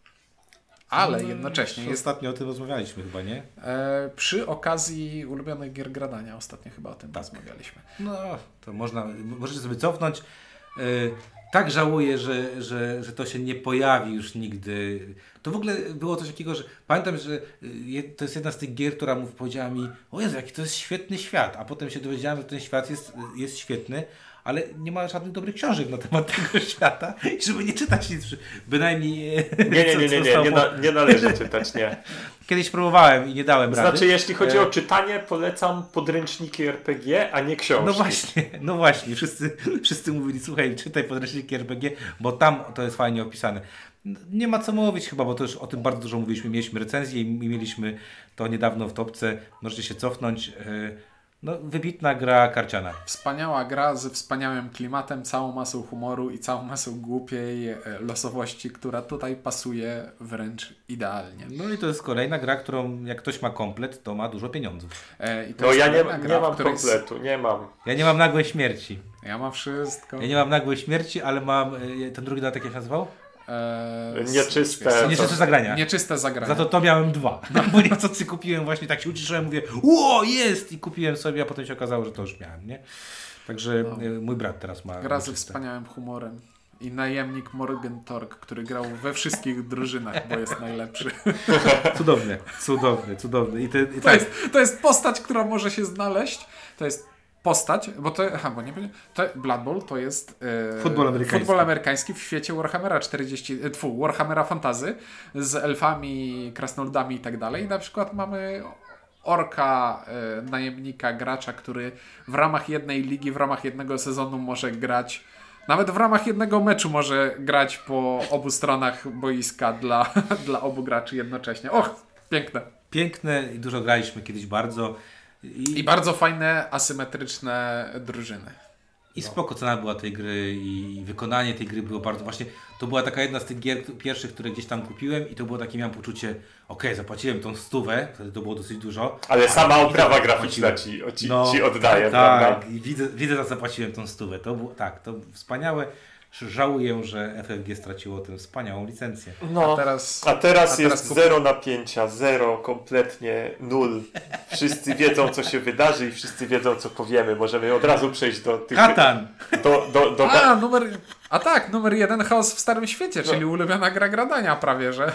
Ale jednocześnie jest Ostatnio o tym rozmawialiśmy chyba, nie? e, przy okazji ulubionych gier gradania, ostatnio chyba o tym Tak. rozmawialiśmy. No, to można, możecie sobie cofnąć. Yy, tak żałuję, że, że, że to się nie pojawi już nigdy. To w ogóle było coś takiego, że pamiętam, że y, to jest jedna z tych gier, która mu powiedziała mi, o Jezu, jaki to jest świetny świat, a potem się dowiedziałem, że ten świat jest, jest świetny, ale nie ma żadnych dobrych książek na temat tego świata i żeby nie czytać nic, bynajmniej e, Nie, nie, co- nie, co nie, nie, zostało nie, po- na, nie należy czytać, nie. Kiedyś próbowałem i nie dałem rady. Znaczy, jeśli chodzi E, o czytanie, polecam podręczniki R P G, a nie książki. No właśnie, no właśnie, wszyscy, wszyscy mówili, słuchaj, czytaj podręczniki R P G, bo tam to jest fajnie opisane. Nie ma co mówić chyba, bo to już o tym bardzo dużo mówiliśmy, mieliśmy recenzję i mieliśmy to niedawno w topce, możecie się cofnąć. No, wybitna gra karciana. Wspaniała gra ze wspaniałym klimatem, całą masą humoru i całą masą głupiej e, losowości, która tutaj pasuje wręcz idealnie. No i to jest kolejna gra, którą jak ktoś ma komplet, to ma dużo pieniędzów. E, i to No jest ja nie, kolejna gra, nie w mam której kompletu, nie mam. Ja nie mam nagłej śmierci. Ja mam wszystko. Ja nie mam nagłej śmierci, ale mam, e, ten drugi dodatek jak się nazywał? E, Nieczyste. s- To- Nieczyste zagrania. Nieczyste zagrania. Za to to miałem dwa. No, bo nieco co kupiłem właśnie, tak się uciszyłem, mówię, ło, jest! I kupiłem sobie, a potem się okazało, że to już miałem, nie? Także No. e, mój brat teraz ma Gra ze nieczyste. wspaniałym humorem. I najemnik Morgan Tork, który grał we wszystkich drużynach, bo jest najlepszy. Cudowne, cudowne, cudowne. I, te, i To tak, jest, to jest postać, która może się znaleźć. To jest postać, bo to, aha, bo nie będzie, to Blood Bowl to jest e, Futbol amerykański. futbol amerykański w świecie Warhammera czterdzieści, e, tfu, Warhammera Fantasy z elfami, krasnoludami i tak dalej. I na przykład mamy orka, e, najemnika, gracza, który w ramach jednej ligi, w ramach jednego sezonu może grać, nawet w ramach jednego meczu może grać po obu stronach boiska dla, dla obu graczy jednocześnie. Och, piękne. piękne i dużo graliśmy kiedyś bardzo. I, I bardzo fajne, asymetryczne drużyny. I spoko cena była tej gry i wykonanie tej gry było bardzo, właśnie to była taka jedna z tych gier pierwszych, które gdzieś tam kupiłem i to było takie, miałem poczucie, okej, zapłaciłem tą stówę, wtedy to było dosyć dużo. Ale sama i oprawa tak graficzna ci, ci, no, ci oddaje, tak, prawda? Tak, i widzę, widzę, za co zapłaciłem tą stówę. To było, tak, to wspaniałe. Żałuję, że F F G straciło tę wspaniałą licencję. No, A teraz, a teraz a teraz jest kup- zero napięcia, zero, kompletnie nul. Wszyscy wiedzą, co się wydarzy i wszyscy wiedzą, co powiemy. Możemy od razu przejść do tych... Katan! Do, do, do, A, numer... A tak, numer jeden Chaos w Starym Świecie, No. czyli ulubiona gra gradania prawie, że.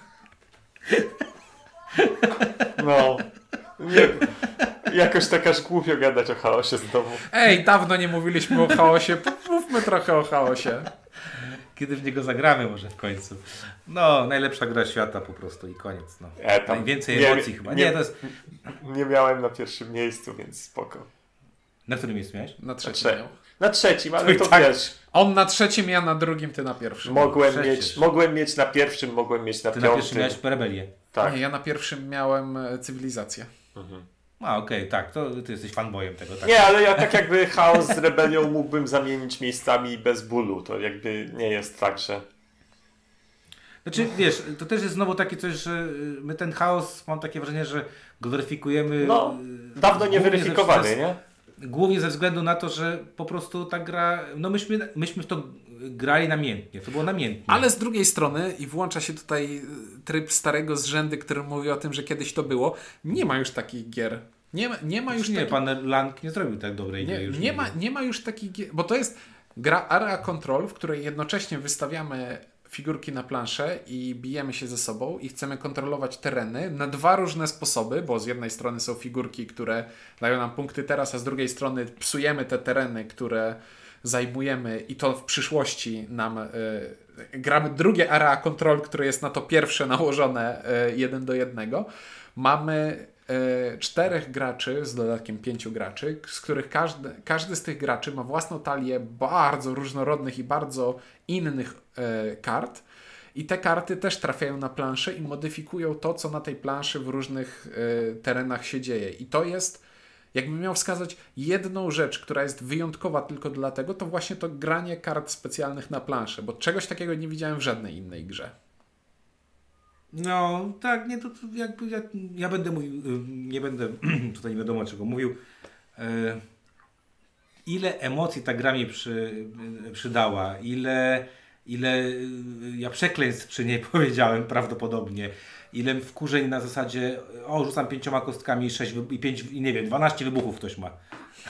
No. Nie, jakoś tak aż głupio gadać o chaosie znowu. Ej, dawno nie mówiliśmy o chaosie, mówmy trochę o chaosie. Kiedy w niego zagramy może w końcu. No, najlepsza gra świata po prostu i koniec. No. E, tam Najwięcej nie- emocji chyba. nie- Nie, to jest... Nie miałem na pierwszym miejscu, więc spoko. Na którym miejscu miałeś? Na trzecim Trze- miał. Na trzecim, ale To to i tak. wiesz, On na trzecim, ja na drugim, ty na pierwszym. mogłem Przecież. mieć, mogłem mieć na pierwszym, mogłem mieć na Ty na pierwszym piątym. miałeś Rebelię. Tak. Nie, ja na pierwszym miałem e, Cywilizację. Mhm. A, okej, tak, to ty jesteś fanboyem tego, tak. Nie, ale ja tak jakby chaos z rebelią mógłbym zamienić miejscami bez bólu. To jakby nie jest tak, że... Znaczy, wiesz, to też jest znowu takie coś, że y, my ten chaos, mam takie wrażenie, że gloryfikujemy... No, y, dawno głównie nieweryfikowany, ze, nie? Głównie ze względu na to, że po prostu ta gra, no myśmy, myśmy w to grali namiętnie, to było namiętnie. Ale z drugiej strony, i włącza się tutaj e, tryb starego z rzędy, który mówi o tym, że kiedyś to było, nie ma już takich gier. Nie ma, nie ma już nie, takich... pan Lang nie zrobił tak dobrej gry Nie, już. nie, ma, nie ma już takich gier, bo to jest gra Area Control, w której jednocześnie wystawiamy figurki na planszę i bijemy się ze sobą i chcemy kontrolować tereny na dwa różne sposoby, bo z jednej strony są figurki, które dają nam punkty teraz, a z drugiej strony psujemy te tereny, które zajmujemy i to w przyszłości nam y, gramy drugie Area Control, które jest na to pierwsze nałożone y, jeden do jednego. Mamy y, czterech graczy z dodatkiem pięciu graczy, z których każdy, każdy z tych graczy ma własną talię bardzo różnorodnych i bardzo innych y, kart. I te karty też trafiają na planszę i modyfikują to, co na tej planszy w różnych y, terenach się dzieje. I to jest, jakbym miał wskazać jedną rzecz, która jest wyjątkowa tylko dlatego, to właśnie to granie kart specjalnych na planszę, bo czegoś takiego nie widziałem w żadnej innej grze. No, tak, nie, to, to jakby ja, ja będę mówił, y, nie będę tutaj nie wiadomo czego mówił. Y, ile emocji ta gra mi przy, y, przydała, ile, ile y, ja przekleństw przy niej powiedziałem prawdopodobnie, ile wkurzeń na zasadzie, o rzucam pięcioma kostkami sześć wy- i pięć, i nie wiem, dwanaście wybuchów ktoś ma.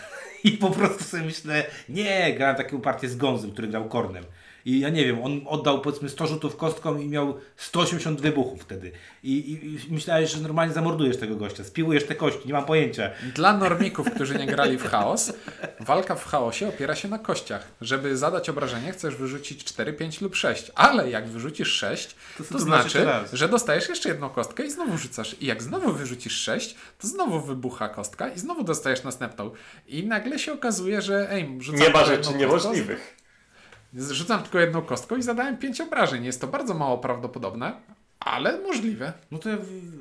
I po prostu sobie myślę, nie, grałem taką partię z Gonzem, który grał Kornem. I ja nie wiem, on oddał powiedzmy sto rzutów kostką i miał sto osiemdziesiąt wybuchów wtedy. I, i, i myślałeś, że normalnie zamordujesz tego gościa, spiłujesz te kości, nie mam pojęcia. Dla normików, którzy nie grali w chaos, walka w chaosie opiera się na kościach. Żeby zadać obrażenie, chcesz wyrzucić cztery, pięć lub sześć. Ale jak wyrzucisz sześć, to, to znaczy, jeszcze raz. że dostajesz jeszcze jedną kostkę i znowu rzucasz. I jak znowu wyrzucisz sześć, to znowu wybucha kostka i znowu dostajesz następną. I nagle się okazuje, że ej, rzucam Nie ma tylko rzeczy jedną niemożliwych. kostką, Rzucam tylko jedną kostką i zadałem pięć obrażeń. Jest to bardzo mało prawdopodobne, ale możliwe. No to,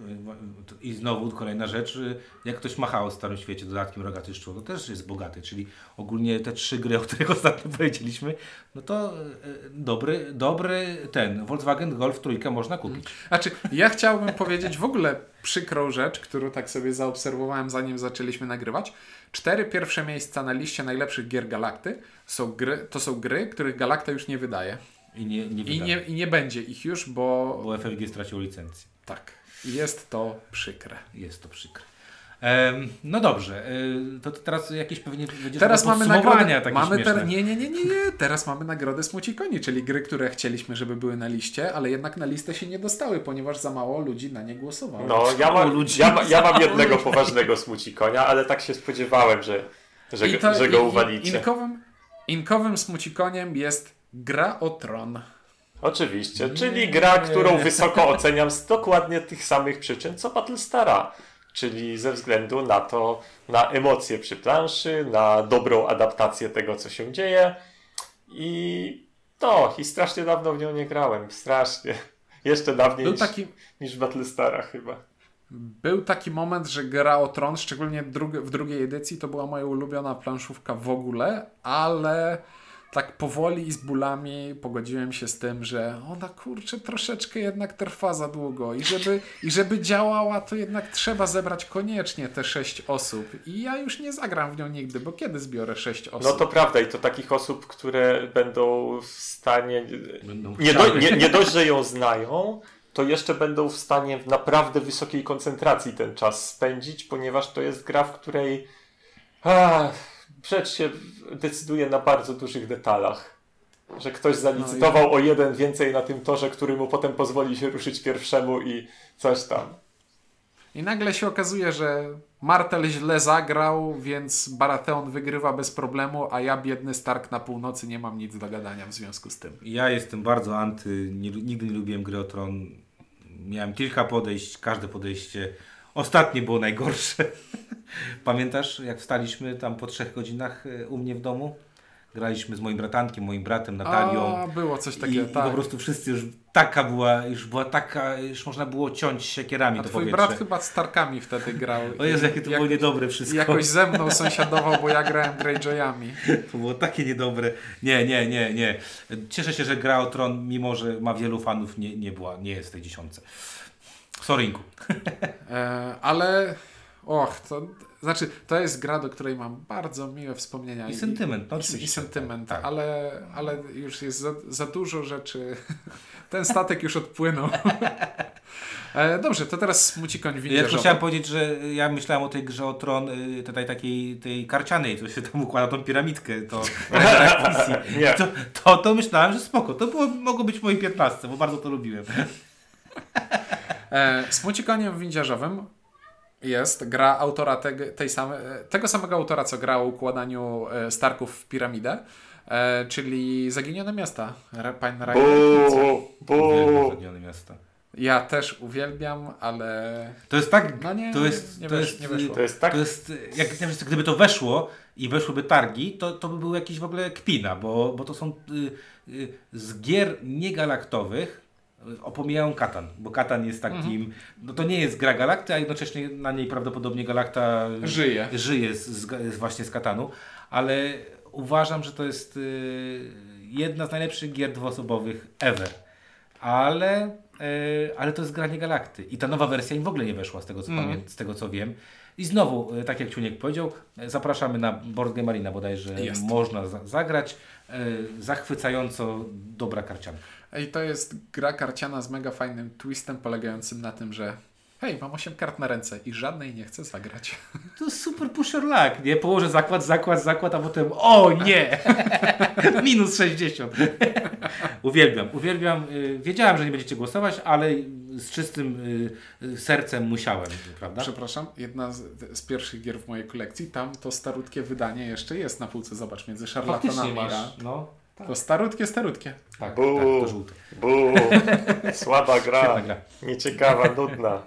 to i znowu kolejna rzecz, jak ktoś ma chaos w Starym Świecie dodatkiem Rogaty Szczur, to też jest bogaty, czyli ogólnie te trzy gry, o których ostatnio powiedzieliśmy, no to e, dobry, dobry ten Volkswagen Golf trójkę można kupić. Znaczy, ja chciałbym powiedzieć w ogóle przykrą rzecz, którą tak sobie zaobserwowałem, zanim zaczęliśmy nagrywać. Cztery pierwsze miejsca na liście najlepszych gier Galakty są gry, to są gry, których Galakta już nie wydaje. I nie, nie, I wyda, nie, I nie będzie ich już, bo bo F F G stracił licencję. tak, jest to przykre. Jest to przykre. Em, no dobrze, y, to, to teraz jakieś pewnie będzie Teraz mamy podsumowania nagrodę. takie Mamy śmieszne. ter- nie, nie, nie, nie, nie. Teraz mamy nagrodę Smucikoni, czyli gry, które chcieliśmy, żeby były na liście, ale jednak na listę się nie dostały, ponieważ za mało ludzi na nie głosowało. No, ja, mam, ludzi. ja, ma, ja mam jednego poważnego smucikonia, ale tak się spodziewałem, że, że, I to- że go i- i- uwalicie. Inkowym, inkowym Smucikoniem jest Gra o Tron. Oczywiście, czyli gra, którą wysoko oceniam z dokładnie tych samych przyczyn co Battlestara. Czyli ze względu na to, na emocje przy planszy, na dobrą adaptację tego, co się dzieje. I to, i strasznie dawno w nią nie grałem. Strasznie. Jeszcze dawniej Był niż, taki, niż w Battlestara chyba. Był taki moment, że Gra o Tron, szczególnie drugi, w drugiej edycji, to była moja ulubiona planszówka w ogóle, ale tak powoli i z bólami pogodziłem się z tym, że ona kurczę troszeczkę jednak trwa za długo i żeby, i żeby działała, to jednak trzeba zebrać koniecznie te sześć osób i ja już nie zagram w nią nigdy, bo kiedy zbiorę sześć osób? No to prawda i to takich osób, które będą w stanie, Będą nie, do, nie, nie dość, że ją znają, to jeszcze będą w stanie w naprawdę wysokiej koncentracji ten czas spędzić, ponieważ to jest gra, w której a, rzecz się decyduje na bardzo dużych detalach. Że ktoś zalicytował no i... o jeden więcej na tym torze, który mu potem pozwoli się ruszyć pierwszemu i coś tam. I nagle się okazuje, że Martel źle zagrał, więc Baratheon wygrywa bez problemu, a ja biedny Stark na północy nie mam nic do gadania w związku z tym. Ja jestem bardzo anty, nie, nigdy nie lubiłem Gry o Tron. Miałem kilka podejść, każde podejście. Ostatnie było najgorsze. Pamiętasz, jak wstaliśmy tam po trzech godzinach u mnie w domu? Graliśmy z moim bratankiem, moim bratem, Natalią. A, było coś I, takiego, i tak. po prostu wszyscy już taka była, już była taka, już można było ciąć siekierami A to twój powietrze. brat chyba z Starkami wtedy grał. O Jezu, jakie to jak, było niedobre wszystko. Jakoś ze mną sąsiadował, bo ja grałem Greyjoyami. To było takie niedobre. Nie, nie, nie, nie. Cieszę się, że Gra o Tron, mimo że ma wielu fanów, nie, nie była, nie jest w tej dziesiątce. Sorinku. E, ale och, to znaczy to jest gra, do której mam bardzo miłe wspomnienia. I, I sentyment. No, i, I sentyment, tak. ale, ale już jest za, za dużo rzeczy. Ten statek już odpłynął. e, dobrze, to teraz smucikoń windziarzowy. Ja tylko chciałem powiedzieć, że ja myślałem o tej Grze o Tron, tutaj takiej tej karcianej, co się tam układa tą piramidkę, to Nie. To, to, to myślałem, że spoko. To było, mogło być w mojej piętnastce, bo bardzo to lubiłem. E, Smucikoniem windziarzowym jest gra autora te, tej same, tego samego autora, co grał o układaniu e, Starków w piramidę, e, czyli Zaginione Miasta. Pan Bu, bu. Zaginione Miasta. Ja też uwielbiam, ale... To jest tak... No nie, to jest, nie, to, wesz, jest, nie weszło. To jest tak... To jest, jak, gdyby to weszło i weszłyby targi, to, to by był jakiś w ogóle kpina, bo, bo to są y, y, z gier niegalaktowych opomijają Katan, bo Katan jest takim, mhm. no to nie jest gra Galakty, a jednocześnie na niej prawdopodobnie Galakta żyje, żyje z, z, z właśnie z Katanu, ale uważam, że to jest y, jedna z najlepszych gier dwuosobowych ever, ale, y, ale to jest gra nie Galakty i ta nowa wersja im w ogóle nie weszła z tego co, mm. pamię- z tego, co wiem. I znowu, y, tak jak Ciuniek powiedział, y, zapraszamy na Board Game Arena bodajże jest. Można za- zagrać, y, zachwycająco dobra karcianka. I to jest gra karciana z mega fajnym twistem polegającym na tym, że hej, mam osiem kart na ręce i żadnej nie chcę zagrać. To jest super pusher luck, nie? Położę zakład, zakład, zakład, a potem o nie! Minus sześćdziesiąt. Uwielbiam, uwielbiam. Wiedziałem, że nie będziecie głosować, ale z czystym sercem musiałem, prawda? Przepraszam, jedna z, z pierwszych gier w mojej kolekcji, tam to starutkie wydanie jeszcze jest na półce, zobacz, między szarlatanami. Masz, no. Tak. To starutkie, starutkie. Tak, bu, tak, to żółte. Bu, słaba gra, gra. nieciekawa, nudna.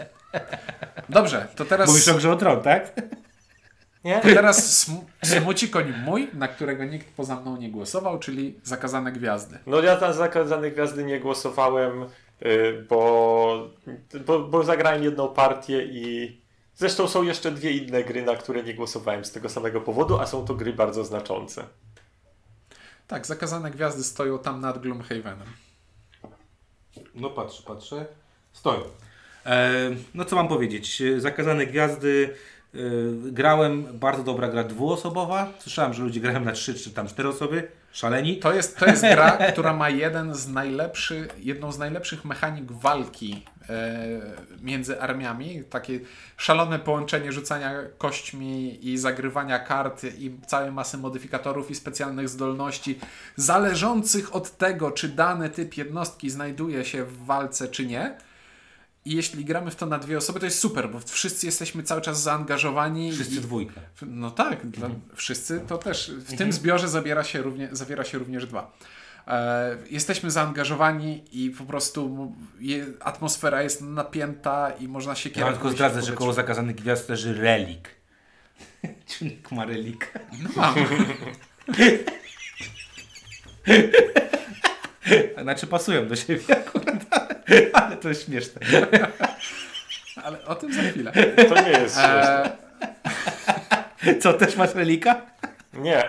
Dobrze, to teraz... Mówisz o Grze o Tron, tak? Nie? To teraz sm- smucikoń mój, na którego nikt poza mną nie głosował, czyli Zakazane Gwiazdy. No ja na Zakazane Gwiazdy nie głosowałem, yy, bo, bo, bo zagrałem jedną partię i zresztą są jeszcze dwie inne gry, na które nie głosowałem z tego samego powodu, a są to gry bardzo znaczące. Tak, Zakazane Gwiazdy stoją tam nad Gloomhavenem. No patrzę, patrzę. Stoją. E, no co mam powiedzieć? Zakazane Gwiazdy. E, grałem, bardzo dobra gra dwuosobowa. Słyszałem, że ludzie grają na trzy czy tam cztery osoby. Szaleni. To jest, to jest gra, która ma jeden z najlepszy, jedną z najlepszych mechanik walki e, między armiami. Takie szalone połączenie rzucania kośćmi i zagrywania kart i całej masy modyfikatorów i specjalnych zdolności zależących od tego, czy dany typ jednostki znajduje się w walce, czy nie. I jeśli gramy w to na dwie osoby, to jest super, bo wszyscy jesteśmy cały czas zaangażowani. Wszyscy i, dwójka. No tak, mhm. dla, wszyscy to też. W mhm. tym zbiorze zabiera się równie, zawiera się również dwa. E, jesteśmy zaangażowani i po prostu je, atmosfera jest napięta i można się kierować. Ja tylko zdradzę, że koło Zakazanych Gwiazd leży relik. Ciunek ma relik. No mam. Znaczy pasują do siebie akurat, ale to jest śmieszne. Ale o tym za chwilę. To nie jest śmieszne. Co, też masz relika? Nie.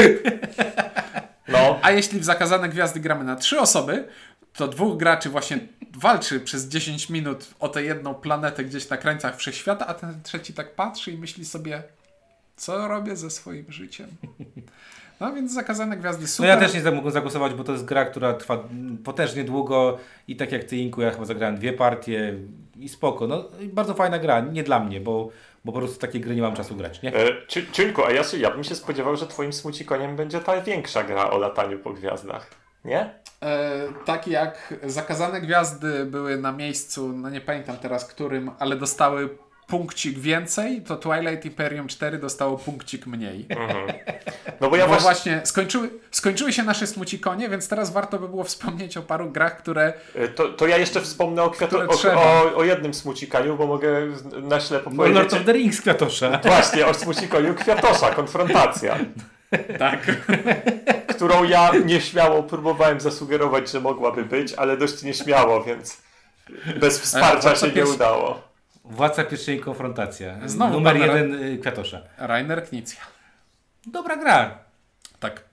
No. A jeśli w Zakazane Gwiazdy gramy na trzy osoby, to dwóch graczy właśnie walczy przez dziesięć minut o tę jedną planetę gdzieś na krańcach wszechświata, a ten trzeci tak patrzy i myśli sobie, co robię ze swoim życiem. No więc Zakazane Gwiazdy No super. ja też nie mogłem zagłosować, bo to jest gra, która trwa potężnie długo i tak jak ty, Inku, ja chyba zagrałem dwie partie i spoko. No i bardzo fajna gra, nie dla mnie, bo, bo po prostu w takiej gry nie mam czasu grać, nie? E, Czy, Czynku, a ja, się, ja bym się spodziewał, że twoim smucikoniem będzie ta większa gra o lataniu po gwiazdach. Nie? E, tak jak Zakazane Gwiazdy były na miejscu, no nie pamiętam teraz którym, ale dostały punkcik więcej, to Twilight Imperium cztery dostało punkcik mniej. Mhm. No bo ja Bo właśnie... właśnie skończyły, skończyły się nasze smucikonie, więc teraz warto by było wspomnieć o paru grach, które... E, To, to ja jeszcze wspomnę o, kwiato... Które o, trzeba. o, o jednym smucikaniu, bo mogę na ślepo No, powiedzieć... Lord of the Rings, Kwiatosza. Właśnie, o smucikoniu Kwiatosza, konfrontacja. Tak. Którą ja nieśmiało próbowałem zasugerować, że mogłaby być, ale dość nieśmiało, więc bez wsparcia E, się nie pierwszy- udało. Władca Pierścieni, konfrontacja. Znowu Numer mamy- jeden y, Kwiatosza. Rainer Knizia. Dobra gra, Tak.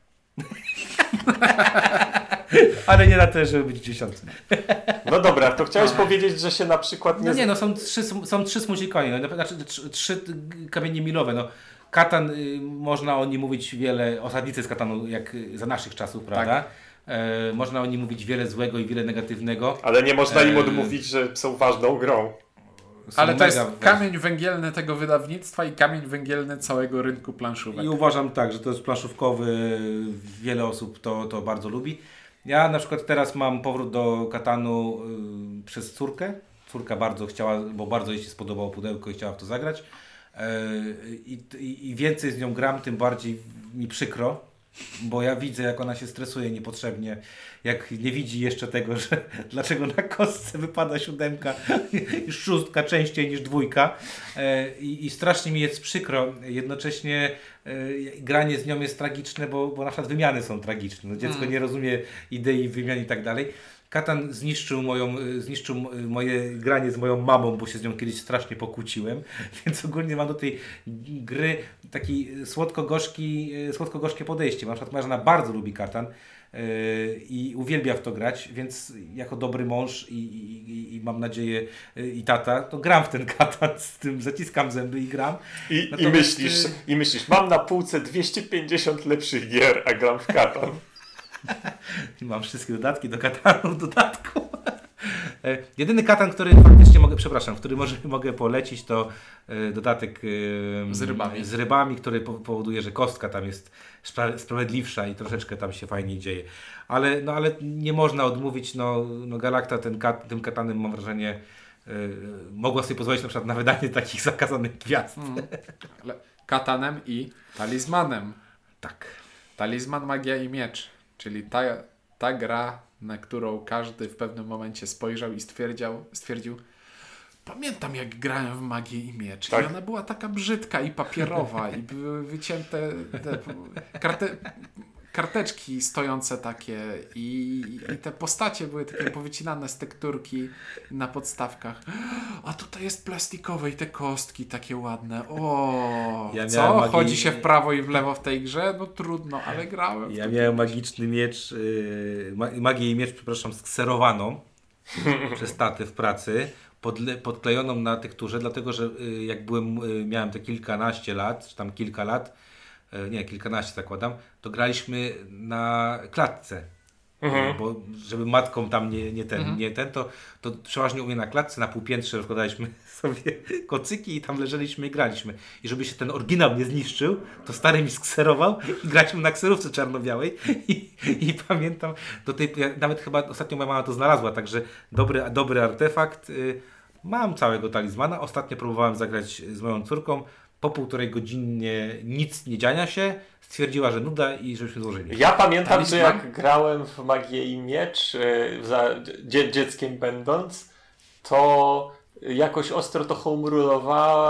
ale nie na tyle, żeby być dziesiątym. No dobra, to chciałeś powiedzieć, że się na przykład nie... No nie, no są trzy, są trzy smucikonie, no, znaczy trzy, trzy kamienie milowe. No. Katan, y, można o nim mówić wiele, osadnicy z Katanu, jak y, za naszych czasów, prawda? E, można o nim mówić wiele złego i wiele negatywnego. Ale nie można im Eee. odmówić, że są ważną grą. Są Ale to jest mega- kamień węgielny tego wydawnictwa i kamień węgielny całego rynku planszówek. I uważam tak, że to jest planszówkowy, wiele osób to, to bardzo lubi. Ja na przykład teraz mam powrót do Katanu y, przez córkę. Córka bardzo chciała, bo bardzo jej się spodobało pudełko i chciała w to zagrać. Y, i, i więcej z nią gram, tym bardziej mi przykro, bo ja widzę, jak ona się stresuje niepotrzebnie, jak nie widzi jeszcze tego, że dlaczego na kostce wypada siódemka i szóstka częściej niż dwójka. E, I, i strasznie mi jest przykro. Jednocześnie e, granie z nią jest tragiczne, bo, bo na przykład wymiany są tragiczne. No, dziecko Mm. nie rozumie idei wymian i tak dalej. Katan zniszczył, moją, zniszczył moje granie z moją mamą, bo się z nią kiedyś strasznie pokłóciłem, więc ogólnie mam do tej gry taki słodko-gorzki, słodko-gorzkie podejście. Na przykład moja żona bardzo lubi Katan yy, i uwielbia w to grać, więc jako dobry mąż i, i, i mam nadzieję yy, i tata, to gram w ten Katan, z tym zaciskam zęby i gram. I, i, Natomiast, myślisz, y- I myślisz, mam na półce dwieście pięćdziesiąt lepszych gier, a gram w Katan. Mam wszystkie dodatki do Katanu w dodatku. E, Jedyny Katan, który faktycznie mogę, przepraszam, który może, mogę polecić, to e, dodatek e, Z rybami. z rybami, który po, powoduje, że kostka tam jest spra- sprawiedliwsza i troszeczkę tam się fajniej dzieje. Ale, no, ale nie można odmówić, no, no Galacta ten kat, tym Katanem mam wrażenie e, mogła sobie pozwolić na przykład na wydanie takich zakazanych gwiazd. Mm. Ale Katanem i talizmanem. Tak. Talizman, magia i miecz. Czyli ta, ta gra, na którą każdy w pewnym momencie spojrzał i stwierdził, stwierdził pamiętam jak grałem w magię i miecz. Tak. I ona była taka brzydka i papierowa i były wycięte te karte, karteczki stojące takie i, i te postacie były takie powycinane z tekturki na podstawkach. A tutaj jest plastikowe i te kostki takie ładne. O, Ja co? miałem magię- Chodzi się w prawo i w lewo w tej grze? No trudno, ale grałem. w Ja to miałem kiedyś. magiczny miecz, yy, ma- magię i miecz, przepraszam, skserowaną przez tatę w pracy, podle- podklejoną na tekturze, dlatego że yy, jak byłem, yy, miałem te kilkanaście lat, czy tam kilka lat, yy, nie, kilkanaście zakładam, to graliśmy na klatce. Mhm. Bo żeby matką tam nie, nie ten, Mhm. nie ten, to, to przeważnie u mnie na klatce, na półpiętrze rozkładaliśmy sobie kocyki i tam leżeliśmy i graliśmy. I żeby się ten oryginał nie zniszczył, to stary mi skserował i graliśmy na kserówce czarno-białej i, i pamiętam, do tej, ja nawet chyba ostatnio moja mama to znalazła, także dobry, dobry artefakt. Y, Mam całego talizmana, ostatnio próbowałem zagrać z moją córką, po półtorej godzinie nic nie dziania się, stwierdziła, że nuda i żebyśmy złożyli. Ja pamiętam, że Talizman? jak grałem w Magię i Miecz, yy, za, dzie, dzieckiem będąc, to jakoś ostro to home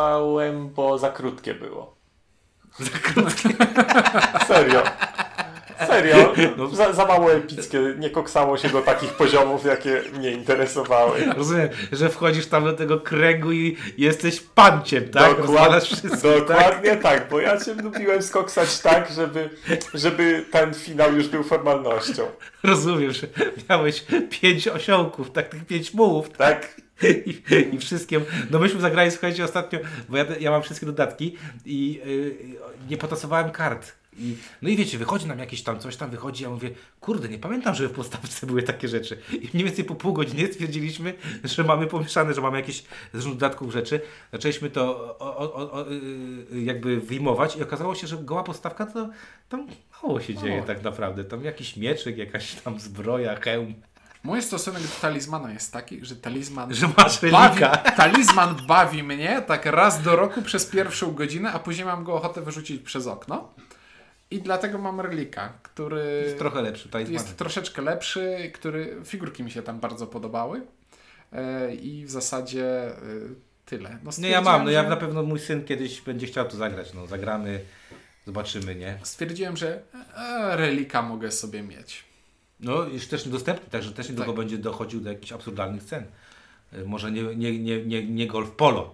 rulowałem, bo za krótkie było. Za krótkie. Serio. Serio, No. za, za mało epickie, nie koksało się do takich poziomów, jakie mnie interesowały. Rozumiem, że wchodzisz tam do tego kręgu i jesteś panciem, tak? Rozwalasz wszystkich, tak? Dokładnie tak, bo ja się lubiłem skoksać tak, żeby, żeby ten finał już był formalnością. Rozumiem, że miałeś pięć osiołków, tak, tych pięć mułów, Tak? I, I wszystkie. No myśmy zagrali, słuchajcie, ostatnio, bo ja, ja mam wszystkie dodatki i yy, nie potasowałem kart. I, no i wiecie, wychodzi nam jakieś tam, coś tam wychodzi, ja mówię, kurde, nie pamiętam, żeby w podstawce były takie rzeczy. I mniej więcej po pół godziny stwierdziliśmy, że mamy pomieszane, że mamy jakieś z różnych dodatków rzeczy. Zaczęliśmy to o, o, o, o, yy, jakby wyjmować i okazało się, że goła podstawka to tam mało się dzieje O. tak naprawdę. Tam jakiś mieczyk, jakaś tam zbroja, hełm. Mój stosunek do talizmana jest taki, że talizman Że masz bawi, relika. talizman bawi mnie tak raz do roku przez pierwszą godzinę, a później mam go ochotę wyrzucić przez okno. I dlatego mam relika, który Jest trochę lepszy talizman. jest troszeczkę lepszy, który figurki mi się tam bardzo podobały. E, I w zasadzie e, tyle. No, Nie, ja mam, no ja że- na pewno mój syn kiedyś będzie chciał to zagrać, no zagramy, zobaczymy, nie? Stwierdziłem, że e, relika mogę sobie mieć. No już też niedostępny, także też niedługo Tak. będzie dochodził do jakichś absurdalnych cen. Y, Może nie, nie, nie, nie, nie golf polo.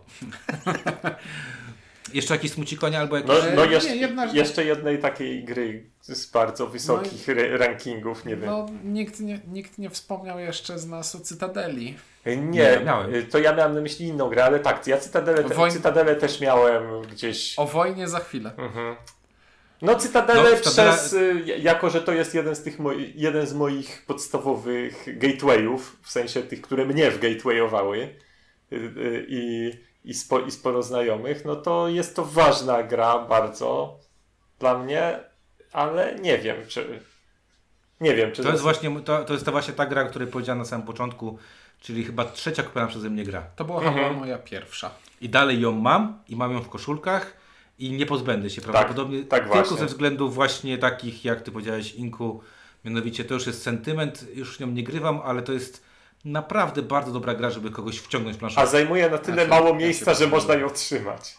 Jeszcze jakiś smuci konia albo jakiś... No, no Nie, jeszcze, jedna- jeszcze jednej takiej gry z bardzo wysokich re- rankingów, nie wiem. No, nikt nie, nikt nie wspomniał jeszcze z nas o Cytadeli. Nie, Nie, miałem. to ja miałem na myśli inną grę, ale tak, ja Cytadelę, te, Woń- Cytadelę też miałem gdzieś. O wojnie za chwilę. Mhm. No Cytadelę No, Cytadela- przez, y, jako że to jest jeden z tych moi, jeden z moich podstawowych gatewayów, w sensie tych, które mnie wgatewayowały y, y, i, i, spo, i sporo znajomych, no to jest to ważna gra bardzo dla mnie, ale nie wiem, czy nie wiem, czy To jest właśnie to, to jest ta właśnie ta gra, o której powiedziałem na samym początku, czyli chyba trzecia kupiona przeze mnie gra. To była Mhm. chyba moja pierwsza. I dalej ją mam i mam ją w koszulkach i nie pozbędę się prawdopodobnie tak tylko właśnie. ze względów właśnie takich, jak ty powiedziałeś, Inku, mianowicie to już jest sentyment, już nią nie grywam, ale to jest naprawdę bardzo dobra gra, żeby kogoś wciągnąć w A planszówkę. zajmuje na tyle Ja się- mało ja się miejsca, że podoba. można ją trzymać.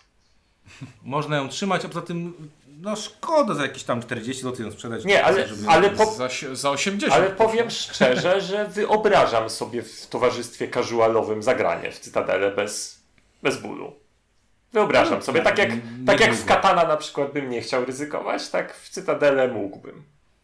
Można ją trzymać, a poza tym no szkoda za jakieś tam czterdzieści złotych ją sprzedać. Nie, ale- żeby- ale po- Za, si- za osiemdziesiąt. Ale powiem szczerze, że wyobrażam sobie w towarzystwie casualowym zagranie w Cytadelę bez, bez bólu. Wyobrażam sobie, tak jak, nie tak jak w długo. Katana na przykład bym nie chciał ryzykować, tak w Cytadelę mógłbym.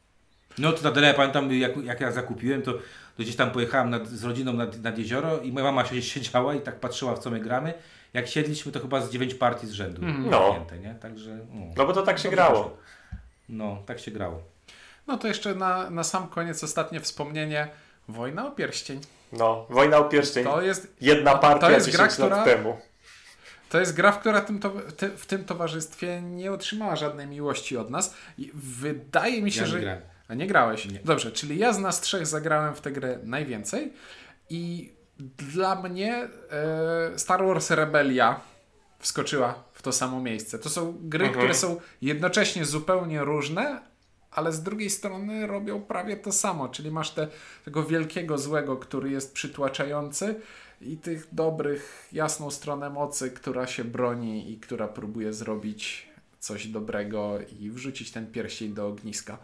No to na tyle, ja pamiętam jak, jak ja zakupiłem, to, to gdzieś tam pojechałem nad, z rodziną nad, nad jezioro i moja mama się siedziała i tak patrzyła w co my gramy. Jak siedliśmy to chyba z dziewięć partii z rzędu. No. zamknięte, nie? Także, no. No bo to tak się Dobrze grało. poszło. No, tak się grało. No to jeszcze na, na sam koniec ostatnie wspomnienie. Wojna o pierścień. No, Wojna o Pierścień. To jest, Jedna partia to jest gra, dziesięć lat która- temu. to jest gra, w która tym to, ty, w tym towarzystwie nie otrzymała żadnej miłości od nas. I wydaje mi się, Ja nie że... grałem. A nie grałeś? Nie. Dobrze, czyli ja z nas trzech zagrałem w tę grę najwięcej i dla mnie e, Star Wars Rebelia wskoczyła w to samo miejsce. To są gry, Mhm. które są jednocześnie zupełnie różne, ale z drugiej strony robią prawie to samo, czyli masz te, tego wielkiego złego, który jest przytłaczający i tych dobrych, jasną stronę mocy, która się broni i która próbuje zrobić coś dobrego i wrzucić ten pierścień do ogniska.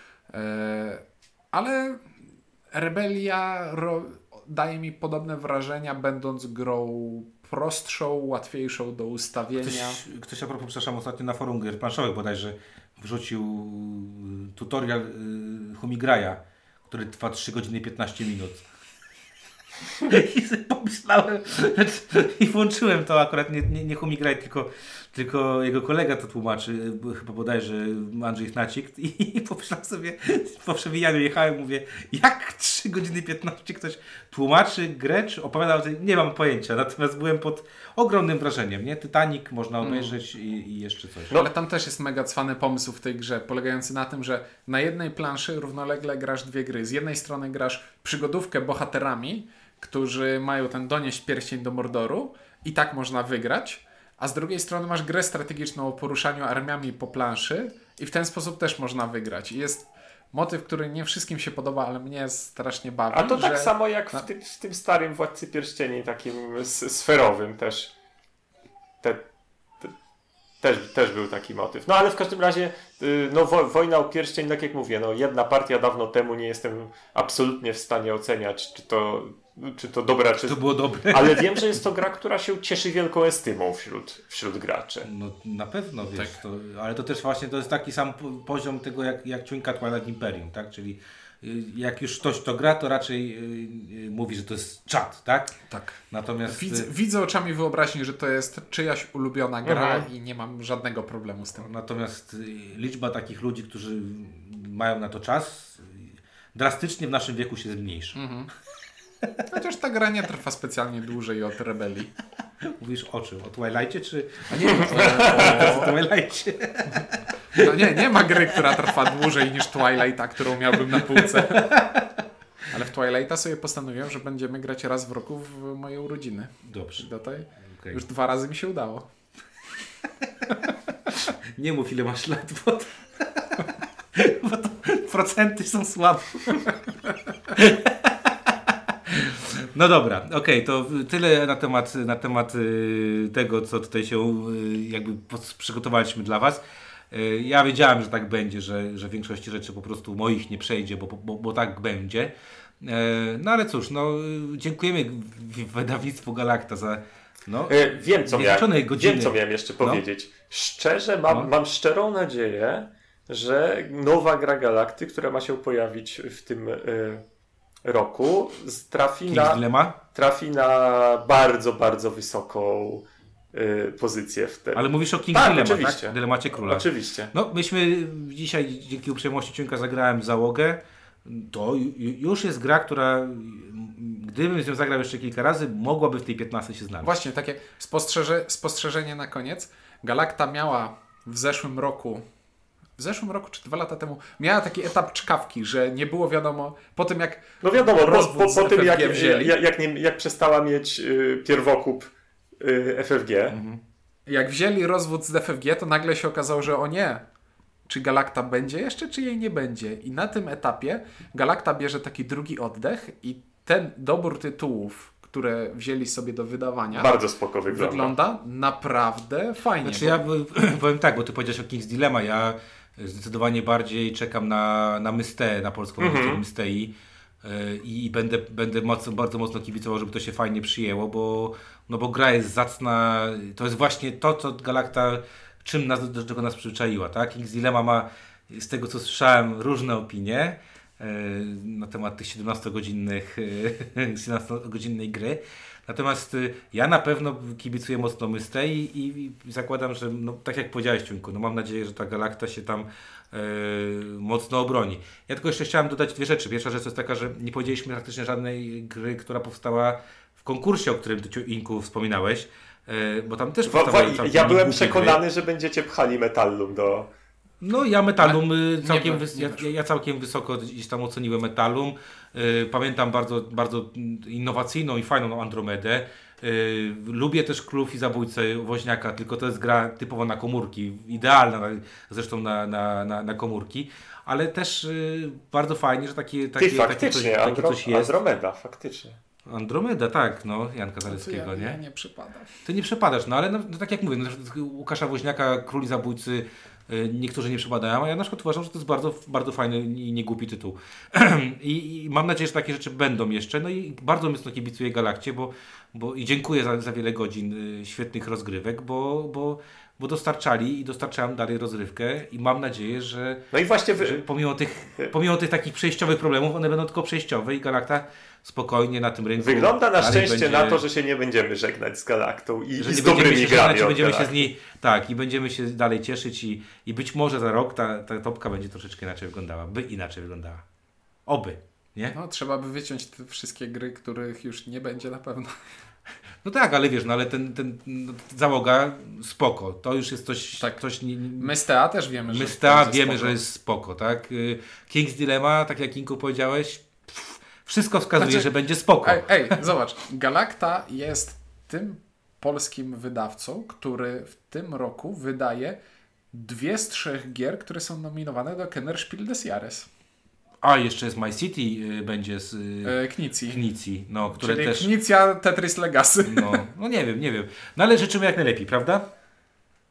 E, ale Rebelia ro, daje mi podobne wrażenia, będąc grą prostszą, łatwiejszą do ustawienia. Ktoś, ktoś a propos, przepraszam, ostatnio na forum gier planszowych bodajże wrzucił y, tutorial y, Humigraja, który trwa trzy godziny piętnaście minut. I sobie pomyślałem i włączyłem to akurat, nie, nie, nie Humigraj, tylko, tylko jego kolega to tłumaczy, y, chyba bodajże Andrzej Chnacik i, i pomyślałem sobie, po przewijaniu jechałem, mówię, jak trzy godziny piętnaście ktoś tłumaczy grę, czy opowiadał, nie mam pojęcia, natomiast byłem pod ogromnym wrażeniem, nie? Titanic można obejrzeć i, i jeszcze coś. No. Ale tam też jest mega cwany pomysł w tej grze, polegający na tym, że na jednej planszy równolegle grasz dwie gry. Z jednej strony grasz przygodówkę bohaterami, którzy mają ten donieść pierścień do Mordoru i tak można wygrać, a z drugiej strony masz grę strategiczną o poruszaniu armiami po planszy i w ten sposób też można wygrać. I jest motyw, który nie wszystkim się podoba, ale mnie strasznie bawi. A to tak że... samo jak na- w tym, w tym starym Władcy Pierścieni, takim s- sferowym też. Te, te, Też, też był taki motyw. No ale w każdym razie, no wo, Wojna o Pierścień, tak jak mówię, no jedna partia dawno temu, nie jestem absolutnie w stanie oceniać, czy to, czy to dobra, czy... To było dobre. Ale wiem, że jest to gra, która się cieszy wielką estymą wśród, wśród graczy. No na pewno, wiesz, Tak. to, ale to też właśnie to jest taki sam po- poziom tego jak, jak Ciuńka Twilight Imperium, tak? Czyli y, jak już ktoś to gra, to raczej y, y, mówi, że to jest czat, tak? Tak. Natomiast Widzę, y, widzę oczami wyobraźni, że to jest czyjaś ulubiona gra Mhm. i nie mam żadnego problemu z tym. Natomiast y, liczba takich ludzi, którzy mają na to czas, y, drastycznie w naszym wieku się zmniejsza. Mhm. Chociaż ta gra nie trwa specjalnie dłużej od Rebelii. Mówisz o czym? O Twilightie czy A nie, o Twilightie? no nie, nie ma gry, która trwa dłużej niż Twilighta, którą miałbym na półce. Ale w Twilighta sobie postanowiłem, że będziemy grać raz w roku w moje urodziny. Dobrze. Tutaj Okay. już dwa razy mi się udało. Nie mów ile masz lat, bo to, bo to procenty są słabe. No dobra, okej, to tyle na temat, na temat y, tego, co tutaj się y, jakby pos- przygotowaliśmy dla Was. Y, ja wiedziałem, że tak będzie, że, że większości rzeczy po prostu moich nie przejdzie, bo, bo, bo tak będzie. Y, no ale cóż, no, y, dziękujemy w- wydawnictwu Galacta za no, E, Wiem, co miałem, niezliczone godziny. wiem, co miałem jeszcze No. powiedzieć. Szczerze, mam, No. mam szczerą nadzieję, że nowa gra Galakty, która ma się pojawić w tym y, roku, z- trafi King's na, Dilemma. trafi na bardzo, bardzo wysoką y, pozycję w tym. Ale mówisz o King's Tak, Dilemma, oczywiście. tak? Dylemacie Króla. Oczywiście. No, myśmy dzisiaj dzięki uprzejmości Ciuńka zagrałem załogę. To ju- już jest gra, która gdybym z nią zagrał jeszcze kilka razy, mogłaby w tej piętnastce się znaleźć. Właśnie, takie spostrzeże, spostrzeżenie na koniec. Galacta miała w zeszłym roku, w zeszłym roku czy dwa lata temu, miała taki etap czkawki, że nie było wiadomo, po tym jak No wiadomo, po, rozwód po, z po tym jak, F F G wzięli. jak, jak, nie, jak przestała mieć y, pierwokup y, F F G, Mhm. Jak wzięli rozwód z F F G, to nagle się okazało, że o nie, czy Galacta będzie jeszcze, czy jej nie będzie. I na tym etapie Galacta bierze taki drugi oddech i ten dobór tytułów, które wzięli sobie do wydawania, bardzo spoko wygląda. wygląda naprawdę fajnie. Znaczy bo- ja b- powiem tak, bo ty powiedziałeś o King's Dilemma, ja zdecydowanie bardziej czekam na, na Mystę, na polską Mhm. edycję Mystei yy, i będę, będę mocno, bardzo mocno kibicował, żeby to się fajnie przyjęło, bo, no bo gra jest zacna, to jest właśnie to, co Galacta, czym nas, do czego nas przyzwyczaiła, tak? King's Dilemma ma, z tego co słyszałem, różne opinie yy, na temat tych siedemnastogodzinnych, yy, siedemnastogodzinnej gry. Natomiast y, ja na pewno kibicuję mocno Mystei i, i zakładam, że no, tak jak powiedziałeś, Ciuńku, no mam nadzieję, że ta Galacta się tam y, mocno obroni. Ja tylko jeszcze chciałem dodać dwie rzeczy. Pierwsza rzecz to jest taka, że nie powiedzieliśmy praktycznie żadnej gry, która powstała w konkursie, o którym ty, Ciuńku, wspominałeś, y, bo tam też Wa- wa- powstawały całkiem ja byłem niegłupie przekonany, gry. że będziecie pchali Metallum do... No ja Metallum y, nie całkiem, we- wys- nie ja, weszło. ja całkiem wysoko gdzieś tam oceniłem Metallum. Y, Pamiętam bardzo, bardzo innowacyjną i fajną Andromedę. Y, Lubię też Królów i Zabójcę Woźniaka, tylko to jest gra typowo na komórki, idealna na- zresztą na, na, na, na komórki, ale też y, bardzo fajnie, że takie, takie, Ty, takie, faktycznie, coś, takie Andro- coś jest. Andromeda, faktycznie. Andromeda, tak, no, Janka To Zaleskiego, ja, nie? ja nie przypadam. Ty nie przepadasz, no ale no, no, tak jak mówię, no, na przykład Łukasza Woźniaka, Król i Zabójcy, y, niektórzy nie przepadają, a ja na przykład uważam, że to jest bardzo, bardzo fajny i niegłupi tytuł. I, I mam nadzieję, że takie rzeczy będą jeszcze, no i bardzo mocno kibicuję Galakcie, bo, bo i dziękuję za, za wiele godzin y, świetnych rozgrywek, bo, bo, bo dostarczali i dostarczają dalej rozrywkę i mam nadzieję, że, No i właśnie że wy... pomimo, tych, pomimo tych takich przejściowych problemów, one będą tylko przejściowe i Galakta spokojnie na tym rynku wygląda na dalej szczęście będzie- na to, że się nie będziemy żegnać z Galaktą i, że i z nie będziemy dobrymi się grami żegnać, od będziemy się z Galakty. niej, tak, i będziemy się dalej cieszyć i, i być może za rok ta, ta topka będzie troszeczkę inaczej wyglądała, by inaczej wyglądała. Oby, nie? No, trzeba by wyciąć te wszystkie gry, których już nie będzie na pewno. No tak, ale wiesz, no ale ten, ten no, załoga spoko, to już jest coś, Tak. coś nie, nie, Mystea też wiemy, że Mystea będzie wiemy, spoko. że jest spoko, tak? Y, King's Dilemma, tak jak Kinku powiedziałeś, pff, wszystko wskazuje, Znaczy- że będzie spoko. Ej, ej, zobacz. Galacta jest tym polskim wydawcą, który w tym roku wydaje dwie z trzech gier, które są nominowane do Kennerspiel des Jahres. A jeszcze jest My City y, będzie z y, E, Knici. Knici, no, które Czyli też... Knicja Tetris Legacy. No, no nie wiem, nie wiem. No ale życzymy jak najlepiej, prawda?